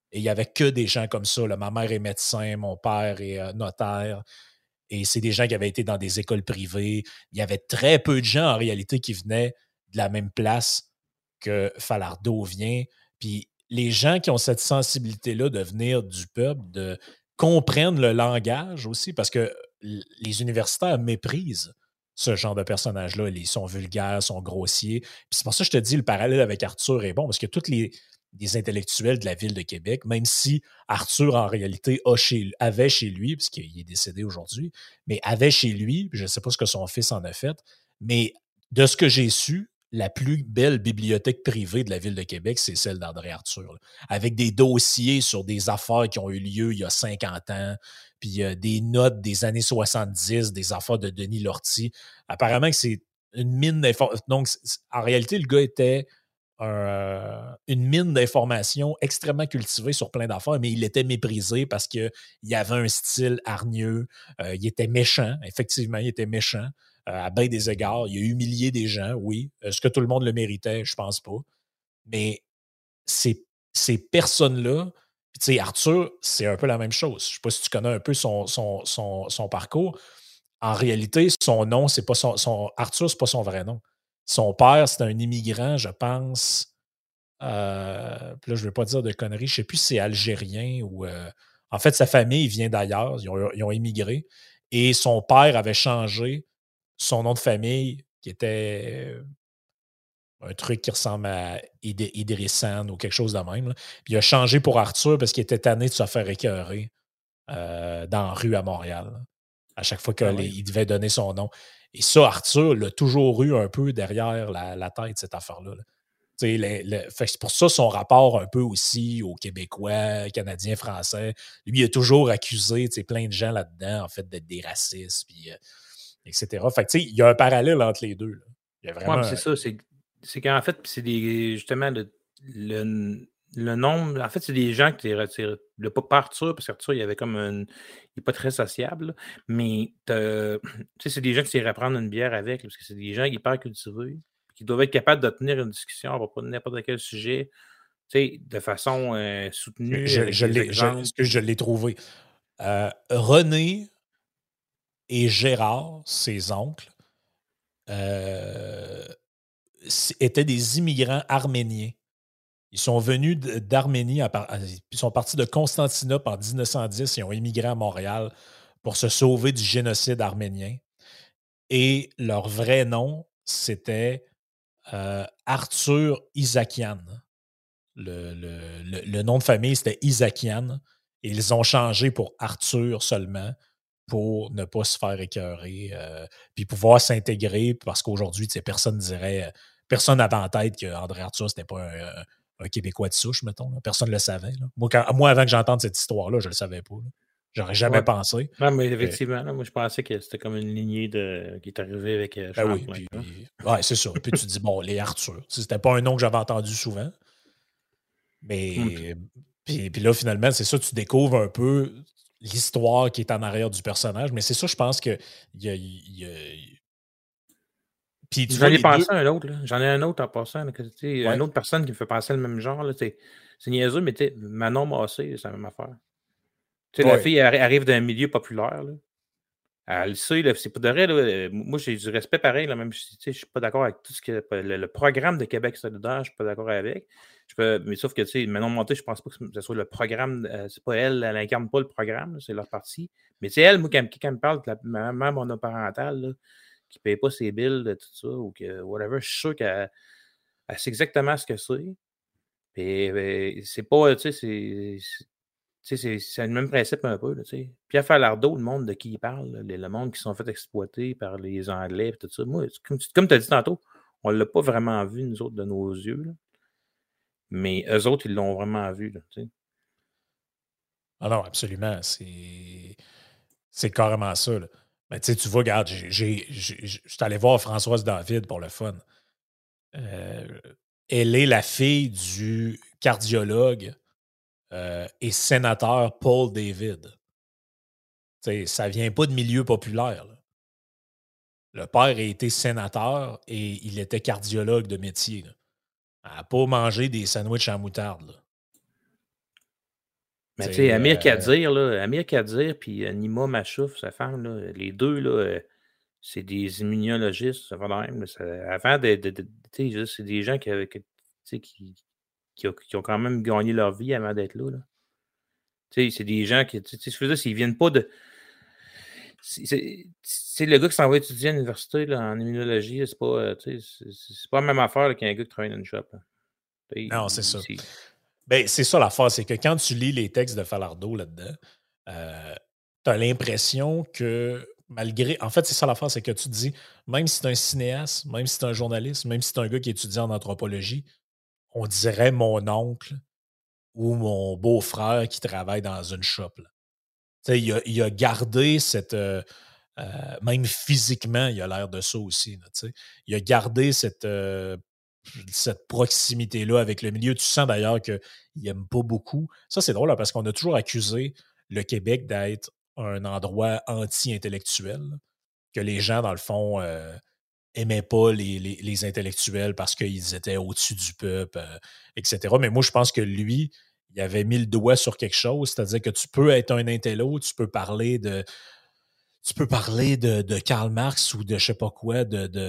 Et il n'y avait que des gens comme ça. Là. Ma mère est médecin, mon père est notaire. Et c'est des gens qui avaient été dans des écoles privées. Il y avait très peu de gens, en réalité, qui venaient de la même place que Falardeau vient. Puis les gens qui ont cette sensibilité-là de venir du peuple, de comprendre le langage aussi, parce que les universitaires méprisent ce genre de personnages-là. Ils sont vulgaires, sont grossiers. Puis c'est pour ça que je te dis, le parallèle avec Arthur est bon, parce que tous les intellectuels de la ville de Québec, même si Arthur, en réalité, avait chez lui, puisqu'il est décédé aujourd'hui, mais avait chez lui, je ne sais pas ce que son fils en a fait, mais de ce que j'ai su, la plus belle bibliothèque privée de la ville de Québec, c'est celle d'André Arthur, là, avec des dossiers sur des affaires qui ont eu lieu il y a 50 ans, puis des notes des années 70, des affaires de Denis Lortie. Apparemment que c'est une mine d'informations. Donc, en réalité, le gars était une mine d'informations extrêmement cultivée sur plein d'affaires, mais il était méprisé parce qu'il avait un style hargneux, il était méchant, effectivement, il était méchant à bien des égards, il a humilié des gens, oui. Est-ce que tout le monde le méritait? Je pense pas. Mais ces, ces personnes-là, tu sais, Arthur, c'est un peu la même chose. Je ne sais pas si tu connais un peu son parcours. En réalité, son nom, c'est pas Arthur, c'est pas son vrai nom. Son père, c'est un immigrant, je pense. Puis là, je ne vais pas dire de conneries. Je ne sais plus si c'est algérien ou. En fait, sa famille vient d'ailleurs. Ils ont immigré. Et son père avait changé son nom de famille, qui était un truc qui ressemble à Idrissan ou quelque chose de même. Là. Puis il a changé pour Arthur parce qu'il était tanné de se faire écœurer dans la rue à Montréal. Là, à chaque fois Ah ouais. qu'il devait donner son nom. Et ça, Arthur l'a toujours eu un peu derrière la tête, cette affaire-là. Là. C'est pour ça son rapport un peu aussi aux Québécois, Canadiens, Français. Lui, il a toujours accusé plein de gens là-dedans, en fait, d'être des racistes, puis, etc. Fait que, il y a un parallèle entre les deux. Là. Il y a Ouais, vraiment. c'est ça. C'est qu'en fait, c'est justement le nombre. En fait, c'est des gens qui le pas Arthur, parce qu'Arthur, il avait comme il n'est pas très sociable, là, mais c'est des gens qui s'iraient prendre une bière avec, parce que c'est des gens hyper cultivés, qui doivent être capables de tenir une discussion à propos de n'importe quel sujet, de façon soutenue, avec des exemples. Je l'ai trouvé. René et Gérard, ses oncles, euh, étaient des immigrants arméniens. Ils sont venus d'Arménie, ils sont partis de Constantinople en 1910, ils ont immigré à Montréal pour se sauver du génocide arménien. Et leur vrai nom, c'était Arthur Isakian. Le nom de famille, c'était Isakian. Et ils ont changé pour Arthur seulement pour ne pas se faire écœurer, puis pouvoir s'intégrer, parce qu'aujourd'hui, personne dirait, personne n'avait en tête qu'André Arthur, c'était pas un Québécois de souche, mettons. Là. Personne ne le savait. Là. Moi, avant que j'entende cette histoire-là, je ne le savais pas. Là. J'aurais jamais Ouais. pensé. Non, mais effectivement, là, moi, je pensais que c'était comme une lignée qui est arrivée avec Ben oui, Champlain. puis ouais, c'est ça. Puis tu dis, bon, les Arthur. C'était pas un nom que j'avais entendu souvent, Hum. mais puis là, finalement, c'est ça, tu découvres un peu l'histoire qui est en arrière du personnage. Mais c'est ça, je pense que puis tu J'en vois, ai les deux. pensé à un autre, là. J'en ai un autre en passant, là, une Ouais. autre personne qui me fait penser le même genre, là, c'est niaiseux, mais Manon Massé, c'est la même affaire. La Ouais. fille arrive d'un milieu populaire, là. Elle le sait, là, c'est pas de vrai, là, moi, j'ai du respect pareil, là, même si, je suis pas d'accord avec tout ce que le programme de Québec solidaire, je suis pas d'accord avec. Mais sauf que, Manon Massé, je pense pas que ce soit le programme, c'est pas elle incarne pas le programme, là, c'est leur parti. Mais c'est elle, moi, quand elle me parle de la maman monoparentale, là, qui ne paye pas ses billes, de tout ça, ou que whatever, je suis sûr qu'elle sait exactement ce que c'est. Puis c'est pas, c'est le même principe un peu, là, tu sais. Pierre Falardeau, le monde de qui il parle, là, le monde qui sont fait exploiter par les Anglais et tout ça. Moi, comme tu as dit tantôt, on ne l'a pas vraiment vu, nous autres, de nos yeux, là. Mais eux autres, ils l'ont vraiment vu, là, tu sais. Ah non, absolument. C'est carrément ça. Là. Mais tu vois, regarde, je suis allé voir Françoise David pour le fun. Euh, Elle est la fille du cardiologue et sénateur Paul David. Ça vient pas de milieu populaire. Là. Le père a été sénateur et il était cardiologue de métier. Là. Elle n'a pas mangé des sandwichs en moutarde. Là. Mais tu sais, Amir Kadir, puis Nima Machouf, sa femme, là, les deux, là, c'est des immunologistes, ça va de même. Avant tu sais, c'est des gens tu sais, qui ont quand même gagné leur vie avant d'être là. Tu sais, c'est des gens qui, tu sais, je veux dire, s'ils viennent pas de. C'est le gars qui s'en va étudier à l'université là, en immunologie, c'est pas, tu sais, c'est pas la même affaire là, qu'un gars qui travaille dans une shop. Là. Non, c'est ça. Ben, c'est ça l'affaire, c'est que quand tu lis les textes de Falardeau là-dedans, tu as l'impression que malgré. En fait, c'est ça l'affaire, c'est que tu te dis, même si c'est un cinéaste, même si c'est un journaliste, même si c'est un gars qui étudie en anthropologie, on dirait mon oncle ou mon beau-frère qui travaille dans une shop. Là. Tu sais, il a gardé cette. Même physiquement, il a l'air de ça aussi. Là, tu sais. Il a gardé cette proximité-là avec le milieu. Tu sens d'ailleurs qu'il n'aime pas beaucoup. Ça, c'est drôle là, parce qu'on a toujours accusé le Québec d'être un endroit anti-intellectuel, là, que les gens, dans le fond, aimaient pas les intellectuels parce qu'ils étaient au-dessus du peuple, etc. Mais moi, je pense que lui, il avait mis le doigt sur quelque chose, c'est-à-dire que tu peux être un intello, tu peux parler de Karl Marx ou de je sais pas quoi,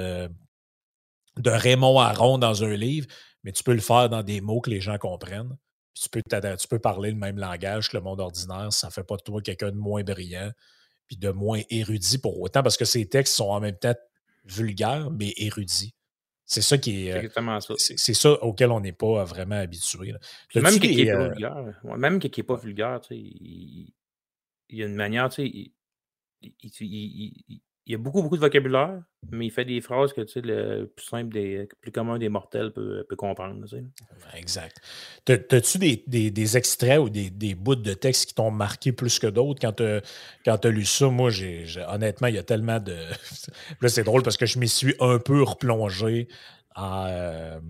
de Raymond Aron dans un livre, mais tu peux le faire dans des mots que les gens comprennent. Puis tu peux parler le même langage que le monde ordinaire. Ça ne fait pas de toi quelqu'un de moins brillant puis de moins érudit pour autant, parce que ces textes sont en même temps vulgaires, mais érudits. C'est ça qui est. C'est exactement ça. C'est ça auquel on n'est pas vraiment habitué. Puis même qui n'est pas vulgaire, même qui n'est pas vulgaire, tu sais, il y a une manière, tu sais, il y a beaucoup, beaucoup de vocabulaire, mais il fait des phrases que, tu sais, le plus simple, plus commun des mortels peut comprendre, tu sais. Exact. T'as-tu des extraits ou des bouts de texte qui t'ont marqué plus que d'autres quand t'as lu ça? Moi, honnêtement, il y a tellement de. Là, c'est drôle parce que je m'y suis un peu replongé en,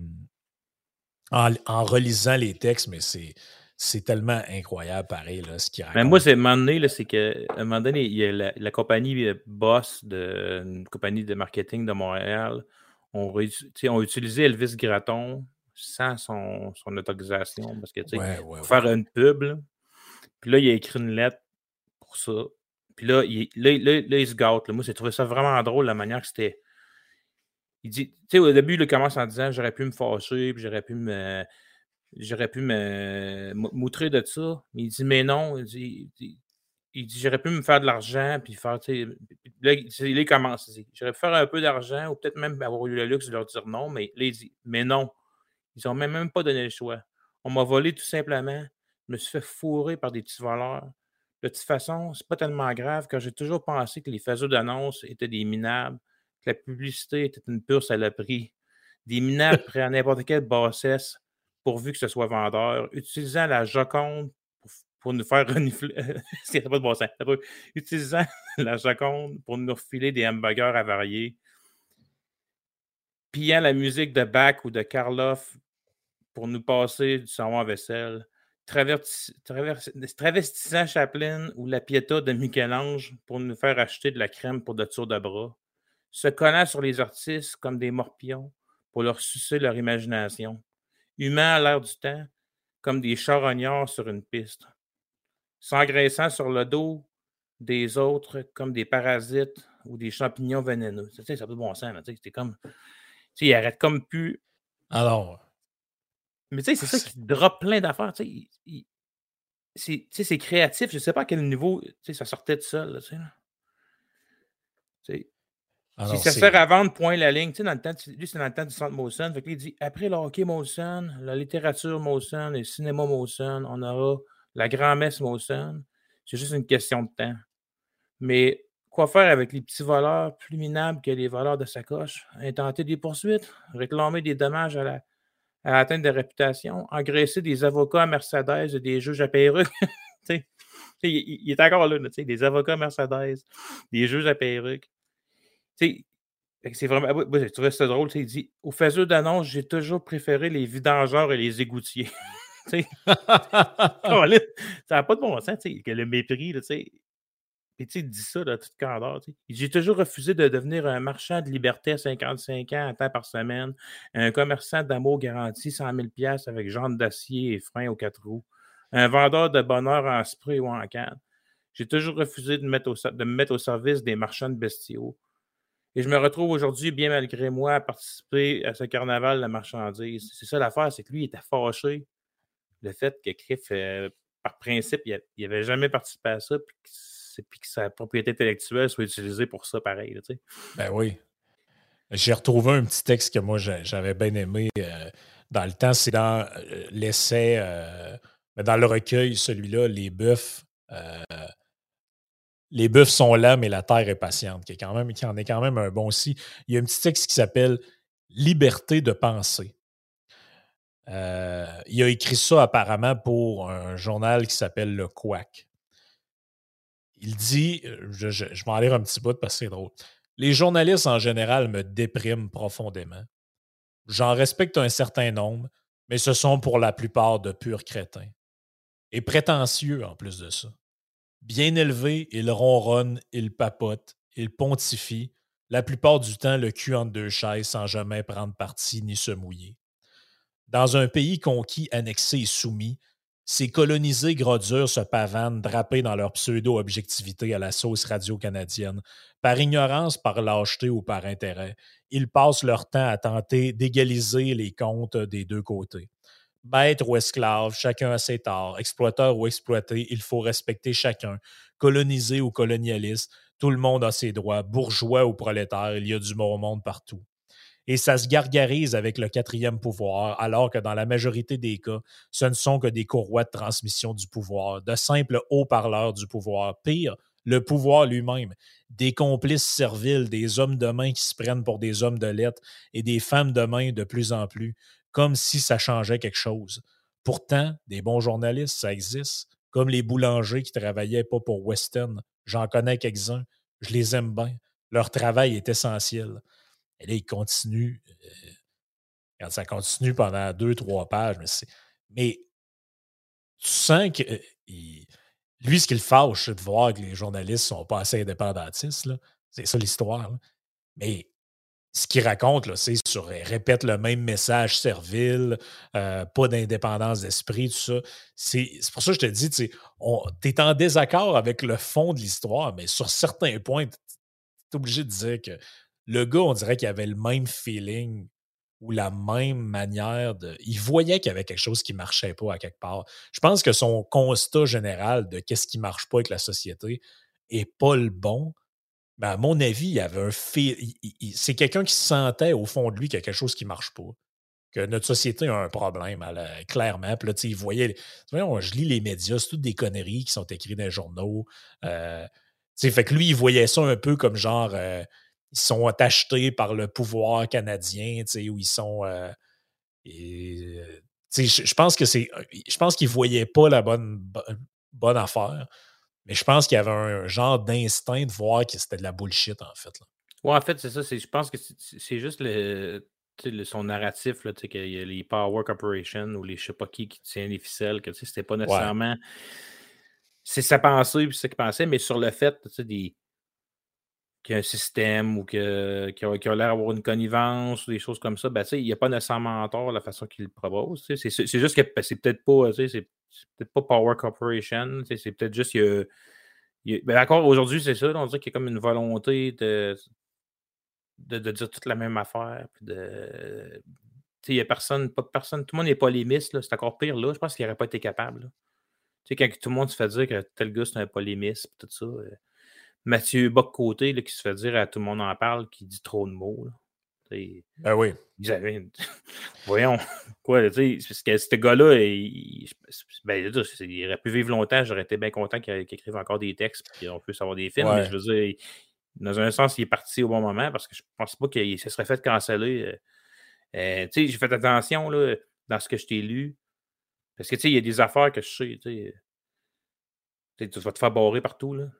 en relisant les textes, mais c'est tellement incroyable, pareil, là, ce qu'il Mais raconte. moi, c'est un moment donné, c'est qu'à un moment donné, il y a la compagnie boss une compagnie de marketing de Montréal ont utilisé Elvis Gratton sans son autorisation parce que, tu sais, pour faire une pub, là. Puis là, il a écrit une lettre pour ça. Puis là, il se gâte. Là. Moi, j'ai trouvé ça vraiment drôle, la manière que c'était. Il dit, tu sais, au début, il commence en disant j'aurais pu me fâcher, puis j'aurais pu m'outrer de ça. Mais il dit, mais non. Il dit j'aurais pu me faire de l'argent, puis faire, tu sais. Là, il commence. Il dit, j'aurais pu faire un peu d'argent, ou peut-être même avoir eu le luxe de leur dire non. Mais là, il dit, mais non. Ils n'ont même pas donné le choix. On m'a volé tout simplement. Je me suis fait fourrer par des petits voleurs. De toute façon, c'est pas tellement grave car j'ai toujours pensé que les faiseurs d'annonces étaient des minables, que la publicité était une pure saloperie. Des minables prêts à n'importe quelle bassesse pourvu que ce soit vendeur, utilisant la Joconde pour nous faire renifler. C'est pas de bon sens. Utilisant la Joconde pour nous refiler des hamburgers avariés, pillant la musique de Bach ou de Karloff pour nous passer du savon à vaisselle, travestissant Chaplin ou la Pietà de Michel-Ange pour nous faire acheter de la crème pour de tour de bras, se collant sur les artistes comme des morpions pour leur sucer leur imagination, humains à l'air du temps comme des charognards sur une piste, s'engraissant sur le dos des autres comme des parasites ou des champignons vénéneux. Ça n'a pas de bon sens. C'était comme. Il arrête comme plus. Alors. Mais tu sais, c'est ça qui drop plein d'affaires. C'est créatif. Je ne sais pas à quel niveau ça sortait de ça. Là, si ça sert à vendre, point la ligne. Dans le temps, lui, c'est dans le temps du centre Molson. Fait que, il dit après le hockey Molson, la littérature Molson et le cinéma Molson, on aura la grand-messe Molson. C'est juste une question de temps. Mais quoi faire avec les petits voleurs plus minables que les voleurs de sacoche? Intenter des poursuites? Réclamer des dommages à l'atteinte de réputation? Engraisser des avocats à Mercedes et des juges à perruques? il est encore là, des avocats à Mercedes, des juges à perruques. C'est vraiment. Moi, j'ai trouvé ça drôle. Il dit aux faiseurs d'annonces, j'ai toujours préféré les vidangeurs et les égoutiers. Ça n'a pas de bon sens, que le mépris, là, puis il dit ça, là, toute candeur. Il dit j'ai toujours refusé de devenir un marchand de liberté à 55 ans à temps par semaine, un commerçant d'amour garanti 100 000 $ avec jantes d'acier et freins aux 4 roues, un vendeur de bonheur en spray ou en canne. J'ai toujours refusé de me mettre au service des marchands de bestiaux. Et je me retrouve aujourd'hui, bien malgré moi, à participer à ce carnaval de marchandises. C'est ça l'affaire, c'est que lui, il était fâché. Le fait que Criff, par principe, il n'avait jamais participé à ça, puis que sa propriété intellectuelle soit utilisée pour ça, pareil. Là, tu sais. Ben oui. J'ai retrouvé un petit texte que moi, j'avais bien aimé dans le temps. C'est dans l'essai, dans le recueil, celui-là, euh, Les bœufs sont là, mais la terre est patiente, qui en est quand même un bon aussi. Il y a un petit texte qui s'appelle Liberté de penser. Il a écrit ça apparemment pour un journal qui s'appelle Le Couac. Il dit, je vais en lire un petit bout parce que c'est drôle. Les journalistes en général me dépriment profondément. J'en respecte un certain nombre, mais ce sont pour la plupart de purs crétins. Et prétentieux en plus de ça. Bien élevés, ils ronronnent, ils papotent, ils pontifient, la plupart du temps le cul entre deux chaises sans jamais prendre parti ni se mouiller. Dans un pays conquis, annexé et soumis, ces colonisés gros-durs se pavanent, drapés dans leur pseudo-objectivité à la sauce radio-canadienne. Par ignorance, par lâcheté ou par intérêt, ils passent leur temps à tenter d'égaliser les comptes des deux côtés. Maître ou esclave, chacun a ses torts. Exploiteur ou exploité, il faut respecter chacun. Colonisé ou colonialiste, tout le monde a ses droits. Bourgeois ou prolétaire, il y a du bon monde partout. Et ça se gargarise avec le quatrième pouvoir, alors que dans la majorité des cas, ce ne sont que des courroies de transmission du pouvoir, de simples haut-parleurs du pouvoir. Pire, le pouvoir lui-même, des complices serviles, des hommes de main qui se prennent pour des hommes de lettres et des femmes de main de plus en plus, comme si ça changeait quelque chose. Pourtant, des bons journalistes, ça existe, comme les boulangers qui travaillaient pas pour Weston. J'en connais quelques-uns, je les aime bien. Leur travail est essentiel. Et là, il continue. Quand ça continue pendant 2, 3 pages, mais tu sens que lui, ce qui le fâche, c'est de voir que les journalistes ne sont pas assez indépendantistes. Là. C'est ça l'histoire. Là. Mais ce qu'il raconte, là, c'est sur répète le même message servile, pas d'indépendance d'esprit, tout ça. C'est pour ça que je te dis, tu es en désaccord avec le fond de l'histoire, mais sur certains points, tu es obligé de dire que le gars, on dirait qu'il avait le même feeling ou la même manière de. Il voyait qu'il y avait quelque chose qui ne marchait pas à quelque part. Je pense que son constat général de qu'est-ce qui ne marche pas avec la société n'est pas le bon. Mais à mon avis, il y avait un feel. C'est quelqu'un qui sentait au fond de lui qu'il y a quelque chose qui ne marche pas. Que notre société a un problème, clairement. Puis là, il voyait. Voyons, je lis les médias, c'est toutes des conneries qui sont écrites dans les journaux. Fait que lui, il voyait ça un peu comme genre. Ils sont achetés par le pouvoir canadien, où ils sont. Je pense que c'est. Je pense qu'ils ne voyaient pas la bonne affaire. Mais je pense qu'il y avait un genre d'instinct de voir que c'était de la bullshit, en fait. Là. Ouais, en fait, c'est ça. Je pense que c'est juste son narratif, là, qu'il y a les Power Corporation ou les je sais pas qui tiennent les ficelles, que c'était pas nécessairement. Ouais. C'est sa pensée, puis c'est ce qu'il pensait, mais sur le fait, qu'il y a un système ou qu'il a l'air d'avoir une connivence ou des choses comme ça, ben, il n'y a pas nécessairement tort la façon qu'il le propose. C'est juste que c'est peut-être pas, c'est peut-être pas Power Corporation, c'est peut-être juste ben encore aujourd'hui, c'est ça, on dirait qu'il y a comme une volonté de dire toute la même affaire. Puis il n'y a personne, pas personne, tout le monde est polémiste, là, c'est encore pire là. Je pense qu'il n'aurait pas été capable. Là. Quand tout le monde se fait dire que tel gars, c'est un polémiste, tout ça. Mathieu Bock-Côté, qui se fait dire à tout le monde en parle, qui dit trop de mots. Là. Ben oui. Voyons, quoi, parce que ce gars-là, il aurait pu vivre longtemps, j'aurais été bien content qu'il écrive encore des textes et qu'on puisse avoir des films, mais je veux dire, dans un sens, il est parti au bon moment parce que je pense pas qu'il se serait fait canceller. J'ai fait attention là, dans ce que je t'ai lu, parce que il y a des affaires que je sais, tu vas te faire barrer partout. Là.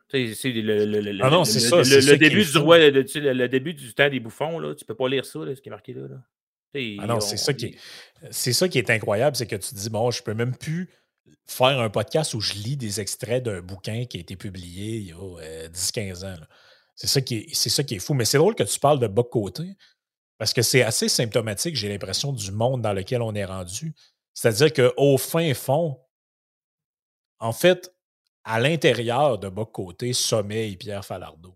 Le début du roi, le début du temps des bouffons, là, tu peux pas lire ça, là, ce qui est marqué là. C'est ça qui est incroyable, c'est que tu te dis, bon, je peux même plus faire un podcast où je lis des extraits d'un bouquin qui a été publié il y a 10-15 ans. C'est ça qui est fou. Mais c'est drôle que tu parles de Bock-Côté, parce que c'est assez symptomatique, j'ai l'impression, du monde dans lequel on est rendu. C'est-à-dire qu'au fin fond, en fait, à l'intérieur de Bock-Côté sommeille Pierre Falardeau.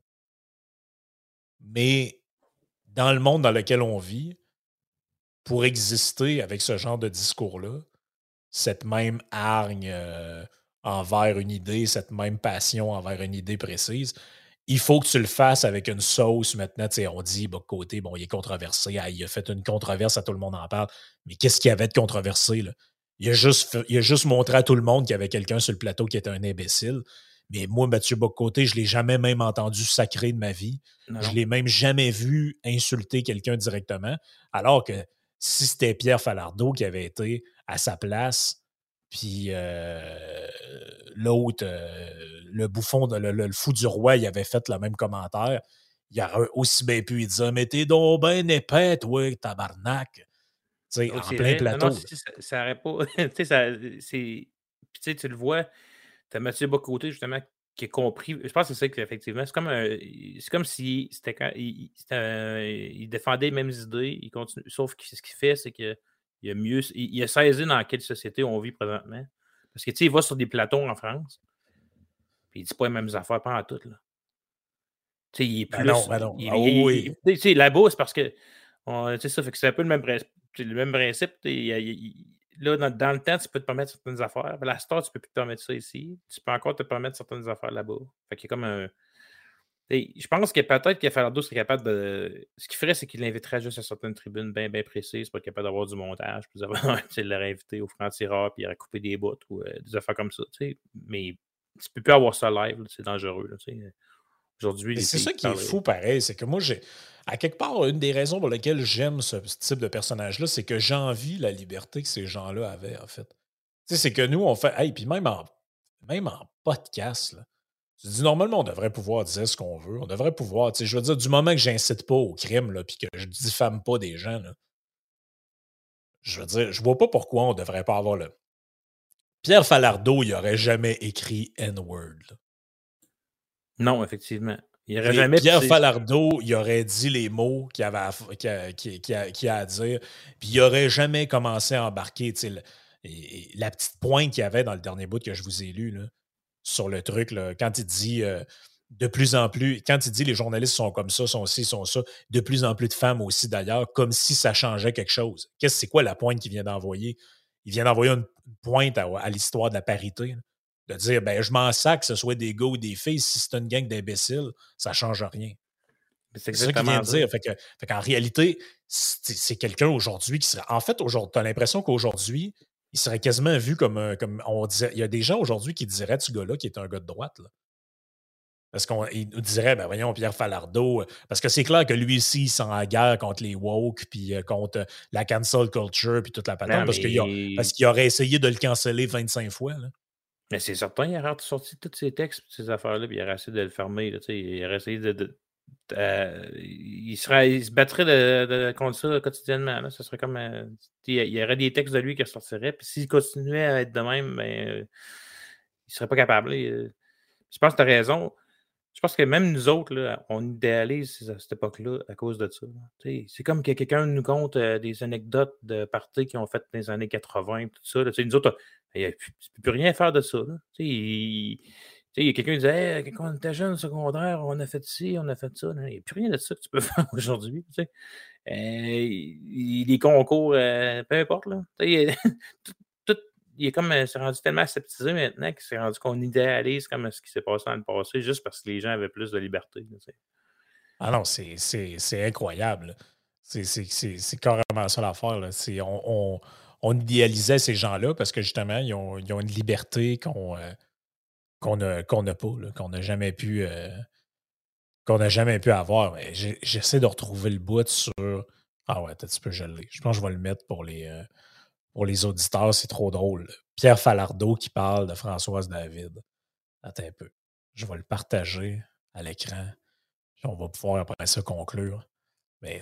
Mais dans le monde dans lequel on vit, pour exister avec ce genre de discours-là, cette même hargne envers une idée, cette même passion envers une idée précise, il faut que tu le fasses avec une sauce. Maintenant, on dit, Bock-Côté, bon, il est controversé. Ah, il a fait une controverse, à tout le monde en parle. Mais qu'est-ce qu'il y avait de controversé, là? Il a juste montré à tout le monde qu'il y avait quelqu'un sur le plateau qui était un imbécile. Mais moi, Mathieu Bock-Côté, je ne l'ai jamais même entendu sacrer de ma vie. Non. Je ne l'ai même jamais vu insulter quelqu'un directement. Alors que si c'était Pierre Falardeau qui avait été à sa place, puis l'autre, le bouffon, le fou du roi, il avait fait le même commentaire. Il aurait aussi bien pu lui dire « Mais t'es donc ben épais, toi, tabarnak! » Tu sais, en plein plateau. Non, ça n'aurait pas... tu sais, tu le vois, tu as Mathieu Bock-Côté, justement, qui a compris. Je pense que c'est ça qu'effectivement, c'est comme si il défendait les mêmes idées, il continue, sauf que ce qu'il fait, c'est qu'il a saisi dans quelle société on vit présentement. Parce que, tu sais, il va sur des plateaux en France, puis il dit pas les mêmes affaires, pas en tout, là. Tu sais, il est plus... Ben non. Oui. Tu sais, là-bas, c'est parce que... c'est ça, fait que c'est un peu le même principe. Là, dans le temps, tu peux te permettre certaines affaires. La star, tu peux plus te permettre ça ici. Tu peux encore te permettre certaines affaires là-bas. Fait qu'il y a comme un... Je pense que peut-être que Falardeau serait capable de... Ce qu'il ferait, c'est qu'il l'inviterait juste à certaines tribunes bien précises pour être capable d'avoir du montage. Puis il l'aurait invité au franc-tireur, puis il aurait coupé des bouts ou des affaires comme ça. Mais tu peux plus avoir ça live. C'est dangereux. Aujourd'hui, c'est ça qui est fou, pareil. C'est que moi, à quelque part, une des raisons pour lesquelles j'aime ce type de personnage-là, c'est que j'envie la liberté que ces gens-là avaient, en fait. Tu sais, c'est que nous, on fait... Hey, puis même en podcast, là, tu dis, normalement, on devrait pouvoir dire ce qu'on veut. On devrait pouvoir... Tu sais, je veux dire, du moment que j'incite pas au crime, là, puis que je diffame pas des gens, là, je veux dire, je vois pas pourquoi on devrait pas avoir le... Pierre Falardeau, il aurait jamais écrit N-word, là. Non, effectivement. Il aurait jamais... Pierre Falardeau, il aurait dit les mots qu'il a à dire, puis il n'aurait jamais commencé à embarquer la petite pointe qu'il y avait dans le dernier bout que je vous ai lu là, sur le truc, là, quand il dit de plus en plus, quand il dit les journalistes sont comme ça, sont ci, sont ça, de plus en plus de femmes aussi d'ailleurs, comme si ça changeait quelque chose. C'est quoi la pointe qu'il vient d'envoyer? Il vient d'envoyer une pointe à l'histoire de la parité, là. De dire, ben, je m'en sac que ce soit des gars ou des filles, si c'est une gang d'imbéciles, ça ne change rien. C'est ça qu'il vient de dire. Fait qu'en réalité, c'est quelqu'un aujourd'hui qui serait. En fait, tu as l'impression qu'aujourd'hui, il serait quasiment vu comme on disait. Il y a des gens aujourd'hui qui diraient de ce gars-là qui est un gars de droite, là. Parce qu'il nous dirait, ben voyons, Pierre Falardeau, parce que c'est clair que lui aussi, il s'en a guerre contre les woke, puis contre la cancel culture, puis toute la patente, parce qu'il aurait essayé de le canceller 25 fois, là. Mais c'est certain, il aurait sorti tous ces textes, ces affaires-là, puis il aurait essayé de le fermer. Là, il aurait essayé il se battrait contre ça quotidiennement. Là. Ce serait comme. Il y aurait des textes de lui qui ressortiraient, puis s'il continuait à être de même, ben, il serait pas capable. Je pense que tu as raison. Je pense que même nous autres, là, on idéalise à cette époque-là à cause de ça. C'est comme que quelqu'un nous conte des anecdotes de parties qu'ils ont faites dans les années 80, tout ça. Là, nous autres, tu ne peux plus rien faire de ça. Là. Il y a quelqu'un qui disait hey, quand on était jeune, secondaire, on a fait ci, on a fait ça. Il n'y a plus rien de ça que tu peux faire aujourd'hui. Les concours, peu importe. Là, il est comme, c'est rendu tellement aseptisé maintenant qu'il s'est rendu qu'on idéalise comme ce qui s'est passé dans le passé juste parce que les gens avaient plus de liberté. Ah non, c'est incroyable. C'est carrément ça l'affaire. On idéalisait ces gens-là parce que justement, ils ont une liberté qu'on n'a pas, là, qu'on n'a jamais pu avoir. Mais j'essaie de retrouver le bout sur. Ah ouais, attends, tu peux geler. Je pense que je vais le mettre pour les auditeurs, c'est trop drôle. Pierre Falardeau qui parle de Françoise David. Attends un peu. Je vais le partager à l'écran. Puis on va pouvoir après ça conclure. Mais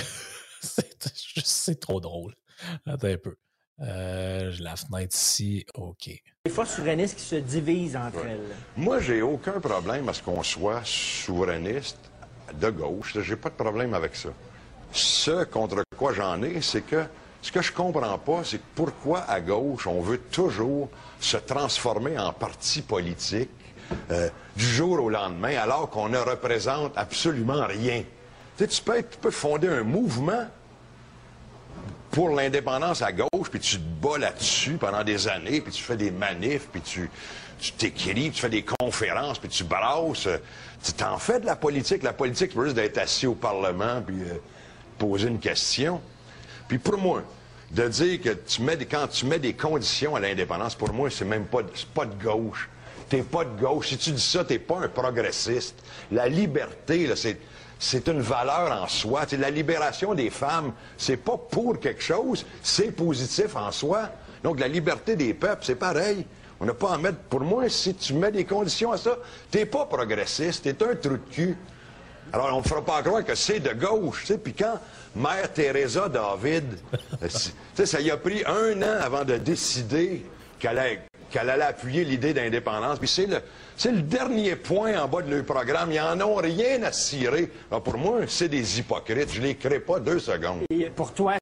c'est trop drôle. Attends un peu. J'ai la fenêtre ici. OK. Les forces souverainistes qui se divisent entre elles. Moi, j'ai aucun problème à ce qu'on soit souverainiste de gauche. J'ai pas de problème avec ça. Ce contre quoi j'en ai, c'est que Ce que je comprends pas, c'est pourquoi à gauche, on veut toujours se transformer en parti politique du jour au lendemain, alors qu'on ne représente absolument rien. Tu sais, tu peux fonder un mouvement pour l'indépendance à gauche, puis tu te bats là-dessus pendant des années, puis tu fais des manifs, puis tu t'écris, tu fais des conférences, puis tu brasses. Tu t'en fais de la politique. La politique, c'est juste d'être assis au Parlement, puis poser une question. Puis pour moi, de dire que quand tu mets des conditions à l'indépendance, pour moi, c'est pas de gauche. T'es pas de gauche. Si tu dis ça, t'es pas un progressiste. La liberté, là, c'est une valeur en soi. T'sais, la libération des femmes, c'est pas pour quelque chose, c'est positif en soi. Donc la liberté des peuples, c'est pareil. On n'a pas à mettre... Pour moi, si tu mets des conditions à ça, t'es pas progressiste, t'es un trou de cul. Alors, on ne fera pas croire que c'est de gauche, tu sais. Puis quand Mère Teresa David, tu sais, ça y a pris 1 an avant de décider qu'elle allait appuyer l'idée d'indépendance. Puis c'est le dernier point en bas de leur programme. Ils n'en ont rien à cirer. Alors pour moi, c'est des hypocrites. Je ne les crée pas 2 secondes. Et pour toi,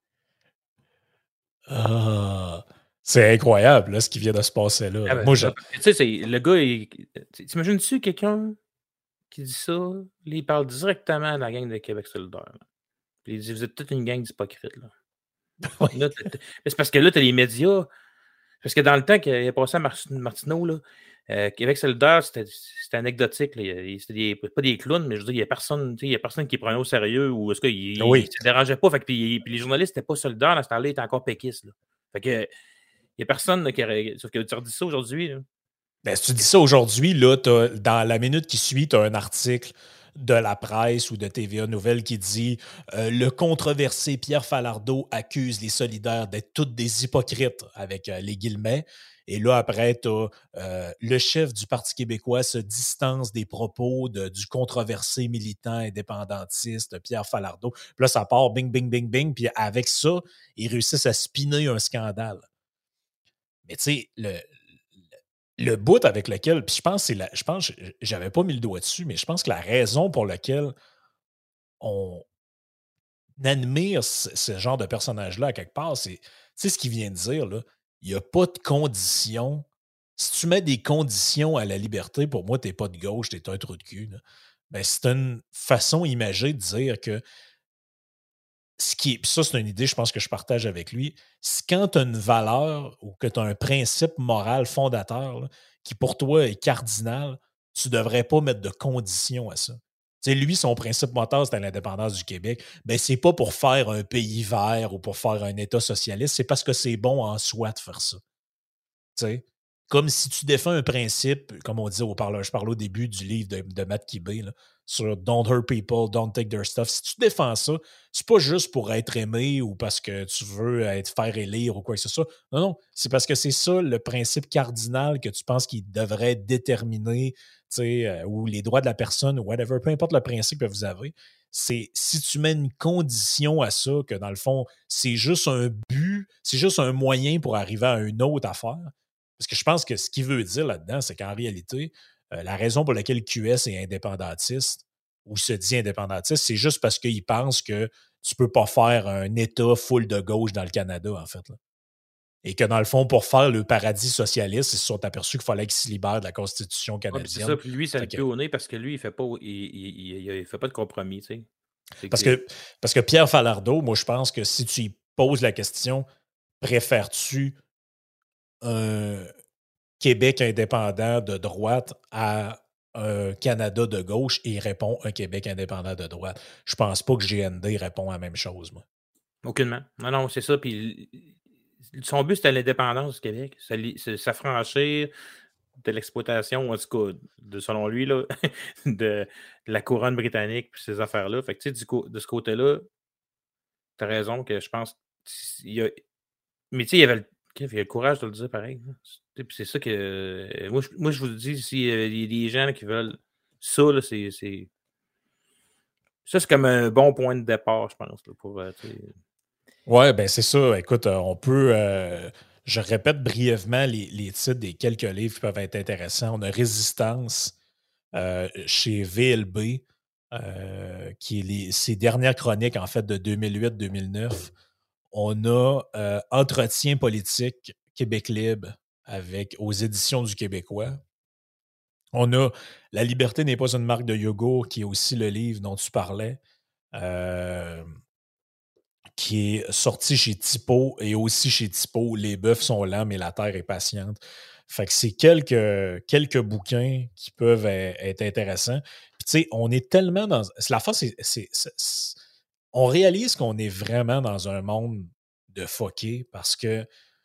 c'est incroyable, là, ce qui vient de se passer là. Ah ben, Moi, tu sais, le gars, t'imagines-tu quelqu'un qui dit ça? Là, il parle directement à la gang de Québec solidaire. Là. Puis il dit, vous êtes toute une gang d'hypocrites. Là. Là, c'est parce que là, tu as les médias. Parce que dans le temps qu'il a passé à Martineau, là, Québec solidaire, c'était anecdotique. Là. C'était pas des clowns, mais je veux dire, il y a personne qui prenait au sérieux ou est-ce qu'il se dérangeait pas. Fait que, puis les journalistes n'étaient pas solidaires dans ce temps-là, ils étaient encore péquistes. Là. Fait que il n'y a personne là, sauf que tu redis ça aujourd'hui. Ben, si tu dis ça aujourd'hui, là, dans la minute qui suit, tu as un article de la presse ou de TVA Nouvelles qui dit le controversé Pierre Falardeau accuse les solidaires d'être toutes des hypocrites, avec les guillemets. Et là, après, tu as le chef du Parti québécois se distance des propos du controversé militant indépendantiste Pierre Falardeau. Puis là, ça part bing, bing, bing, bing. Puis avec ça, ils réussissent à spinner un scandale. Mais tu sais, le bout avec lequel, puis je pense, j'avais pas mis le doigt dessus, mais je pense que la raison pour laquelle on admire ce genre de personnage-là à quelque part, c'est, tu sais, ce qu'il vient de dire, là, il n'y a pas de conditions. Si tu mets des conditions à la liberté, pour moi, t'es pas de gauche, t'es un trou de cul. Là. Ben, c'est une façon imagée de dire que puis ça, c'est une idée, je pense que je partage avec lui. Quand tu as une valeur ou que tu as un principe moral fondateur là, qui pour toi est cardinal, tu ne devrais pas mettre de conditions à ça. Tu sais, lui, son principe moteur, c'était l'indépendance du Québec. Ben, c'est pas pour faire un pays vert ou pour faire un État socialiste, c'est parce que c'est bon en soi de faire ça. Tu sais, comme si tu défends un principe, comme on disait je parlais au début du livre de Matt Kibbe, là, sur Don't hurt people, don't take their stuff. Si tu défends ça, c'est pas juste pour être aimé ou parce que tu veux être faire élire ou quoi que ce soit. Non, non, c'est parce que c'est ça le principe cardinal que tu penses qu'il devrait déterminer, ou les droits de la personne ou whatever, peu importe le principe que vous avez. C'est si tu mets une condition à ça, que dans le fond, c'est juste un but, c'est juste un moyen pour arriver à une autre affaire. Parce que je pense que ce qu'il veut dire là-dedans, c'est qu'en réalité, la raison pour laquelle QS est indépendantiste ou se dit indépendantiste, c'est juste parce qu'il pense que tu ne peux pas faire un État full de gauche dans le Canada, en fait. Là. Et que dans le fond, pour faire le paradis socialiste, ils se sont aperçus qu'il fallait qu'ils se libèrent de la Constitution canadienne. C'est ça, puis lui, ça le peut au nez parce que lui, il ne fait pas de compromis. Tu sais. Parce que Pierre Falardeau, moi, je pense que si tu lui poses la question, préfères-tu un Québec indépendant de droite à un Canada de gauche, et il répond un Québec indépendant de droite. Je pense pas que GND répond à la même chose, moi. Aucunement. Non, c'est ça. Puis son but, c'était l'indépendance du Québec. S'affranchir de l'exploitation, en tout cas, selon lui, là, de la couronne britannique puis ces affaires-là. Fait que, tu sais, de ce côté-là, tu as raison que je pense. Mais tu sais, il y avait le courage de le dire pareil. Puis c'est ça que. Moi, je vous dis, s'il y a des gens là, qui veulent ça, là, c'est. Ça, c'est comme un bon point de départ, je pense. Là, pour, ouais, ben c'est ça. Écoute, on peut. Je répète brièvement les titres des quelques livres qui peuvent être intéressants. On a Résistance chez VLB, qui est ses dernières chroniques, en fait, de 2008-2009. On a Entretien politique Québec libre aux éditions du Québécois. On a La liberté n'est pas une marque de yogourt, qui est aussi le livre dont tu parlais, qui est sorti chez Typo, et aussi chez Typo, Les bœufs sont lents, mais la terre est patiente. Fait que c'est quelques bouquins qui peuvent être intéressants. Puis tu sais, on est tellement dans... La fois, on réalise qu'on est vraiment dans un monde de fucké parce que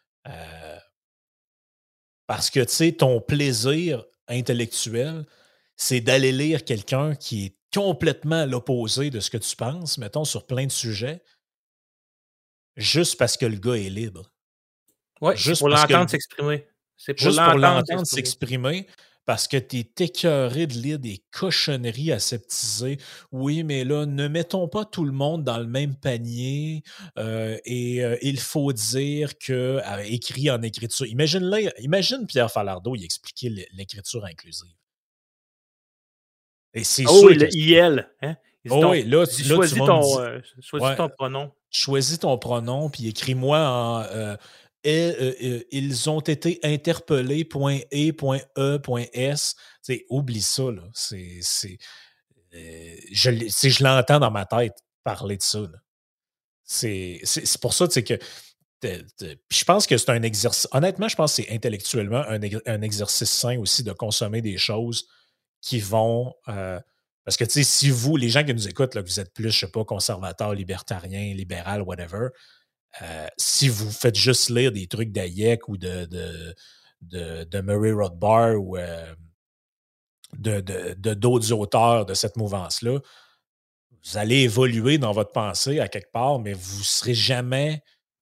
tu sais, ton plaisir intellectuel, c'est d'aller lire quelqu'un qui est complètement à l'opposé de ce que tu penses, mettons, sur plein de sujets, juste parce que le gars est libre. Oui, c'est pour l'entendre s'exprimer. Juste pour l'entendre s'exprimer, parce que tu es écœuré de lire des cochonneries aseptisées. Oui, mais là, ne mettons pas tout le monde dans le même panier. Il faut dire que, écrit en écriture. Imagine Pierre Falardeau, il expliquait l'écriture inclusive. Et c'est sûr oui, le IL. Hein? Oui, là, choisis ton pronom. Choisis ton pronom, puis écris-moi en... ils ont été interpellés, .e.e.s. Oublie ça, là. Je l'entends dans ma tête parler de ça. Là. C'est pour ça que... je pense que c'est un exercice... Honnêtement, je pense que c'est intellectuellement un exercice sain aussi de consommer des choses qui vont... parce que, tu sais, si vous, les gens qui nous écoutent, là, vous êtes plus, je sais pas, conservateur, libertarien, libéral, whatever... si vous faites juste lire des trucs d'Hayek ou de Murray Rothbard ou de d'autres auteurs de cette mouvance-là, vous allez évoluer dans votre pensée à quelque part, mais vous ne serez jamais...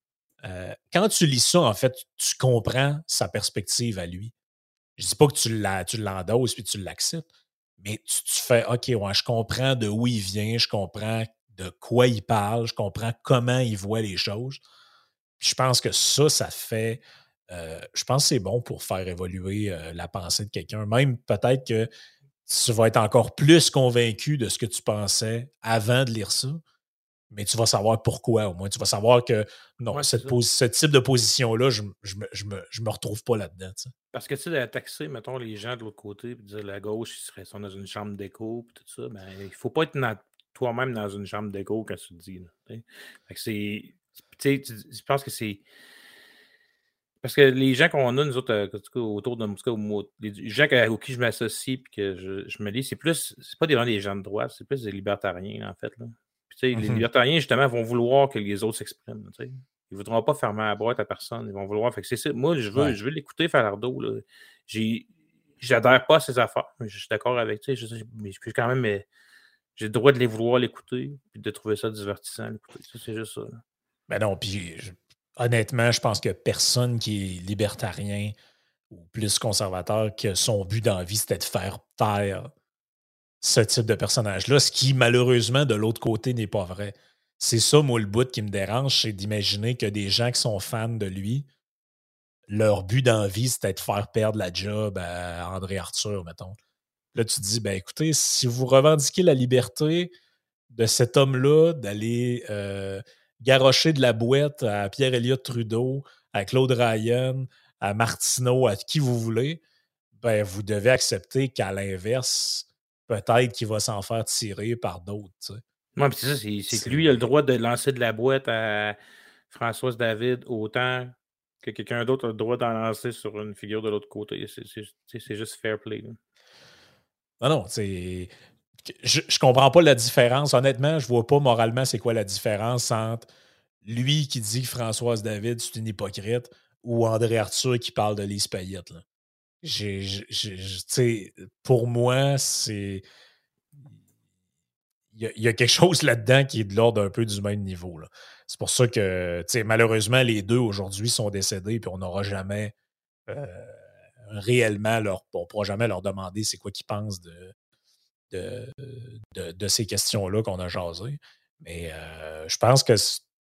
quand tu lis ça, en fait, tu comprends sa perspective à lui. Je ne dis pas que tu l'endosses puis tu l'acceptes, mais tu fais « OK, ouais, je comprends de où il vient, je comprends de quoi il parle, je comprends comment il voit les choses. » Je pense que ça fait... je pense que c'est bon pour faire évoluer la pensée de quelqu'un. Même peut-être que tu vas être encore plus convaincu de ce que tu pensais avant de lire ça, mais tu vas savoir pourquoi au moins. Tu vas savoir que non, ce type de position-là, je me retrouve pas là-dedans. T'sais. Parce que tu sais, taxer, mettons, les gens de l'autre côté, puis dire la gauche, ils sont dans une chambre d'écho, puis tout ça, ben, il ne faut pas être toi-même dans une chambre d'écho quand tu le dis. Là, fait que c'est... Tu sais, je pense que c'est... Parce que les gens qu'on a, nous autres, autour de moi, les gens auxquels je m'associe et que je me lis, c'est pas des gens de droite, c'est plus des libertariens, en fait. Là. Puis, tu sais, les libertariens, justement, vont vouloir que les autres s'expriment. Tu sais. Ils ne voudront pas fermer la boîte à personne. Ils vont vouloir. Fait que c'est ça. Moi, je veux l'écouter, Falardeau. Là. J'adhère pas à ses affaires. Je suis d'accord avec ça. Mais quand même, j'ai le droit de vouloir l'écouter et de trouver ça divertissant. L'écouter. Ça, c'est juste ça. Là. Ben non, puis honnêtement, je pense que personne qui est libertarien ou plus conservateur, que son but dans la vie, c'était de faire taire ce type de personnage-là, ce qui, malheureusement, de l'autre côté, n'est pas vrai. C'est ça, moi, le bout qui me dérange, c'est d'imaginer que des gens qui sont fans de lui, leur but dans la vie, c'était de faire perdre la job à André Arthur, mettons. Là, tu te dis, ben écoutez, si vous revendiquez la liberté de cet homme-là d'aller garrocher de la boîte à Pierre-Éliott Trudeau, à Claude Ryan, à Martineau, à qui vous voulez, ben vous devez accepter qu'à l'inverse, peut-être qu'il va s'en faire tirer par d'autres. Tu sais. Oui, puis c'est ça, c'est que lui, il a le droit de lancer de la boîte à Françoise David autant que quelqu'un d'autre a le droit d'en lancer sur une figure de l'autre côté. C'est juste fair play. Là. Non, c'est... Je comprends pas la différence. Honnêtement, je vois pas moralement c'est quoi la différence entre lui qui dit que Françoise David, c'est une hypocrite, ou André Arthur qui parle de Lise Payette. Là. Pour moi, c'est... Il y a quelque chose là-dedans qui est de l'ordre un peu du même niveau. Là. C'est pour ça que, malheureusement, les deux aujourd'hui sont décédés puis on n'aura jamais réellement on ne pourra jamais leur demander c'est quoi qu'ils pensent de ces questions-là qu'on a jasées. Mais je pense que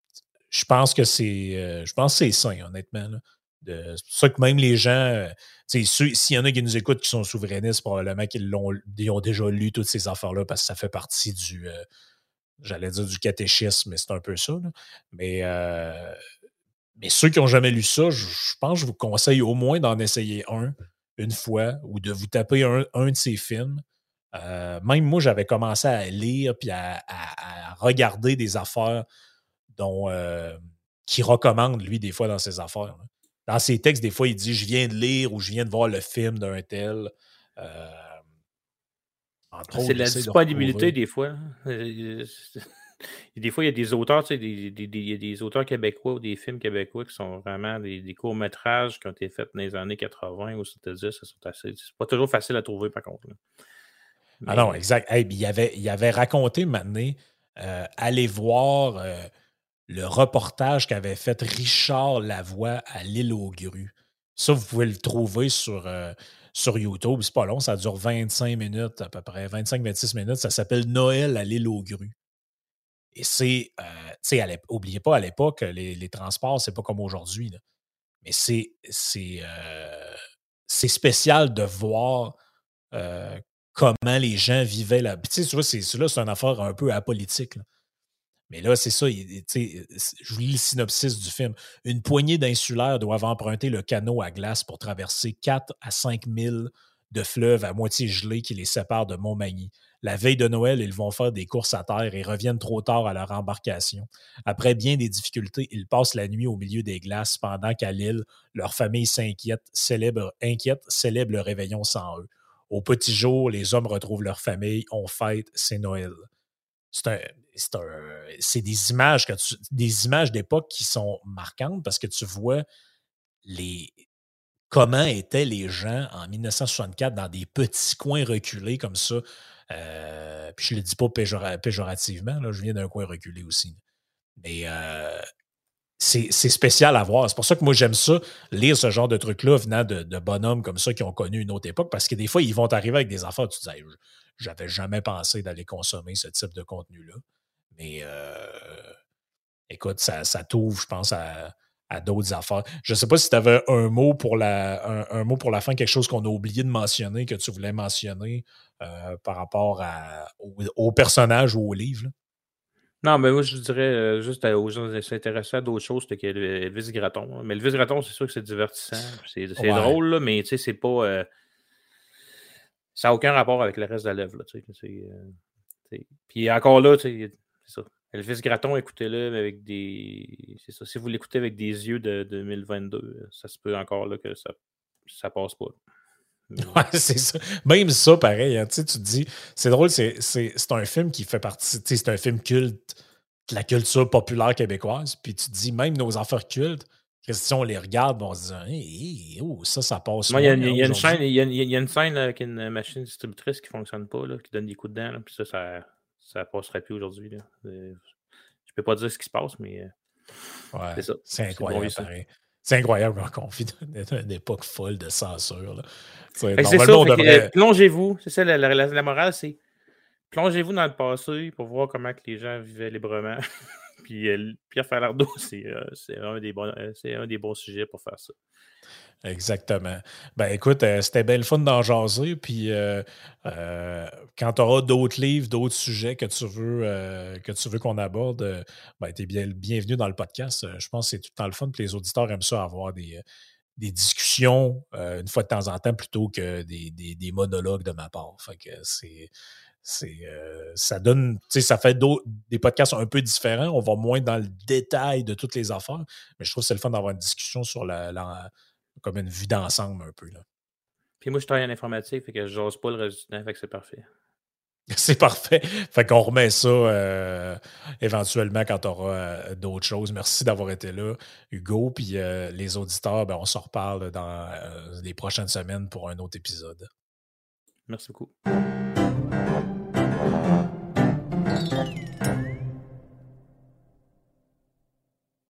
c'est sain, honnêtement. Là. C'est pour ça que même les gens, s'il y en a qui nous écoutent qui sont souverainistes, probablement qu'ils ont déjà lu toutes ces affaires-là parce que ça fait partie j'allais dire du catéchisme, mais c'est un peu ça. Là. Mais ceux qui n'ont jamais lu ça, je pense que je vous conseille au moins d'en essayer une fois, ou de vous taper un de ces films. Même moi, j'avais commencé à lire puis à regarder des affaires dont qu'il recommande, lui, des fois, dans ses affaires. Là. Dans ses textes, des fois, il dit « Je viens de lire » ou « Je viens de voir le film d'un tel. » Entre autres, C'est la j'essaie de disponibilité retrouver. des fois. Des fois, il y a des auteurs, tu sais, il y a des auteurs québécois ou des films québécois qui sont vraiment des courts-métrages qui ont été faits dans les années 80 ou 70. C'est pas toujours facile à trouver, par contre. Là. Ah non, Mais exact. Hey, il avait raconté maintenant, aller voir le reportage qu'avait fait Richard Lavoie à l'île aux grues. Ça, vous pouvez le trouver sur YouTube. C'est pas long, ça dure 25 minutes à peu près, 25-26 minutes. Ça s'appelle Noël à l'île aux grues. Et c'est, tu sais, oubliez pas, à l'époque, les transports, c'est pas comme aujourd'hui. Là. Mais c'est spécial de voir comment les gens vivaient là. Puis, tu sais, tu vois, c'est une affaire un peu apolitique. Là. Mais là, c'est ça. Je vous lis le synopsis du film. Une poignée d'insulaires doivent emprunter le canot à glace pour traverser 4 à 5 milles de fleuves à moitié gelés qui les séparent de Montmagny. La veille de Noël, ils vont faire des courses à terre et reviennent trop tard à leur embarcation. Après bien des difficultés, ils passent la nuit au milieu des glaces pendant qu'à l'île, leur famille célèbre le réveillon sans eux. Au petit jour, les hommes retrouvent leur famille, on fête, c'est Noël. C'est des images des images d'époque qui sont marquantes parce que tu vois comment étaient les gens en 1964 dans des petits coins reculés comme ça. Puis je ne le dis pas péjorativement, là, je viens d'un coin reculé aussi. Mais c'est spécial à voir. C'est pour ça que moi, j'aime ça, lire ce genre de trucs-là venant de bonhommes comme ça qui ont connu une autre époque, parce que des fois, ils vont arriver avec des affaires, tu te dis, hey, j'avais jamais pensé d'aller consommer ce type de contenu-là. Mais écoute, ça t'ouvre, je pense, à d'autres affaires. Je ne sais pas si tu avais un mot pour un mot pour la fin, quelque chose qu'on a oublié de mentionner, que tu voulais mentionner par rapport au personnage ou au livre. Là. non, mais moi, je dirais juste aux gens de s'intéresser à d'autres choses que Elvis Gratton. Mais Elvis Gratton, c'est sûr que c'est divertissant. C'est Ouais. drôle, là, mais tu sais, c'est pas. Ça n'a aucun rapport avec le reste de l'œuvre. Puis encore là, c'est ça. Elvis Gratton, écoutez-le avec des. C'est ça. Si vous l'écoutez avec des yeux de 2022, ça se peut encore là que ça passe pas. Ouais, c'est ça. Même ça, pareil. Hein, tu te dis, c'est drôle, c'est un film qui fait partie. C'est un film culte de la culture populaire québécoise. Puis tu te dis, même nos affaires cultes, si on les regarde, on se dit, hey, oh, ça passe. Moi, il y a une scène, il y a une scène là, avec une machine distributrice qui ne fonctionne pas, là, qui donne des coups de dents. Là, puis ça passerait plus aujourd'hui. Je ne peux pas dire ce qui se passe, mais ouais, c'est ça. C'est incroyable, pareil. C'est incroyable qu'on vit dans une époque folle de censure. Là. C'est ça. Plongez-vous. C'est ça, la morale, c'est plongez-vous dans le passé pour voir comment que les gens vivaient librement. Puis Pierre Falardeau, c'est un des bons sujets pour faire ça. Exactement. Ben écoute, c'était bien le fun d'en jaser. Puis quand tu auras d'autres livres, d'autres sujets que tu veux qu'on aborde, ben, tu es bienvenu dans le podcast. Je pense que c'est tout le temps le fun. Puis les auditeurs aiment ça avoir des discussions une fois de temps en temps plutôt que des monologues de ma part. Fait que ça donne, tu sais, ça fait des podcasts un peu différents. On va moins dans le détail de toutes les affaires, mais je trouve que c'est le fun d'avoir une discussion sur comme une vue d'ensemble un peu. Là. Puis moi, je travaille en informatique, fait que je n'ose pas le reste du temps, fait que c'est parfait. C'est parfait. Fait qu'on remet ça éventuellement quand tu auras d'autres choses. Merci d'avoir été là, Hugo. Puis les auditeurs, ben, on se reparle dans les prochaines semaines pour un autre épisode. Merci beaucoup.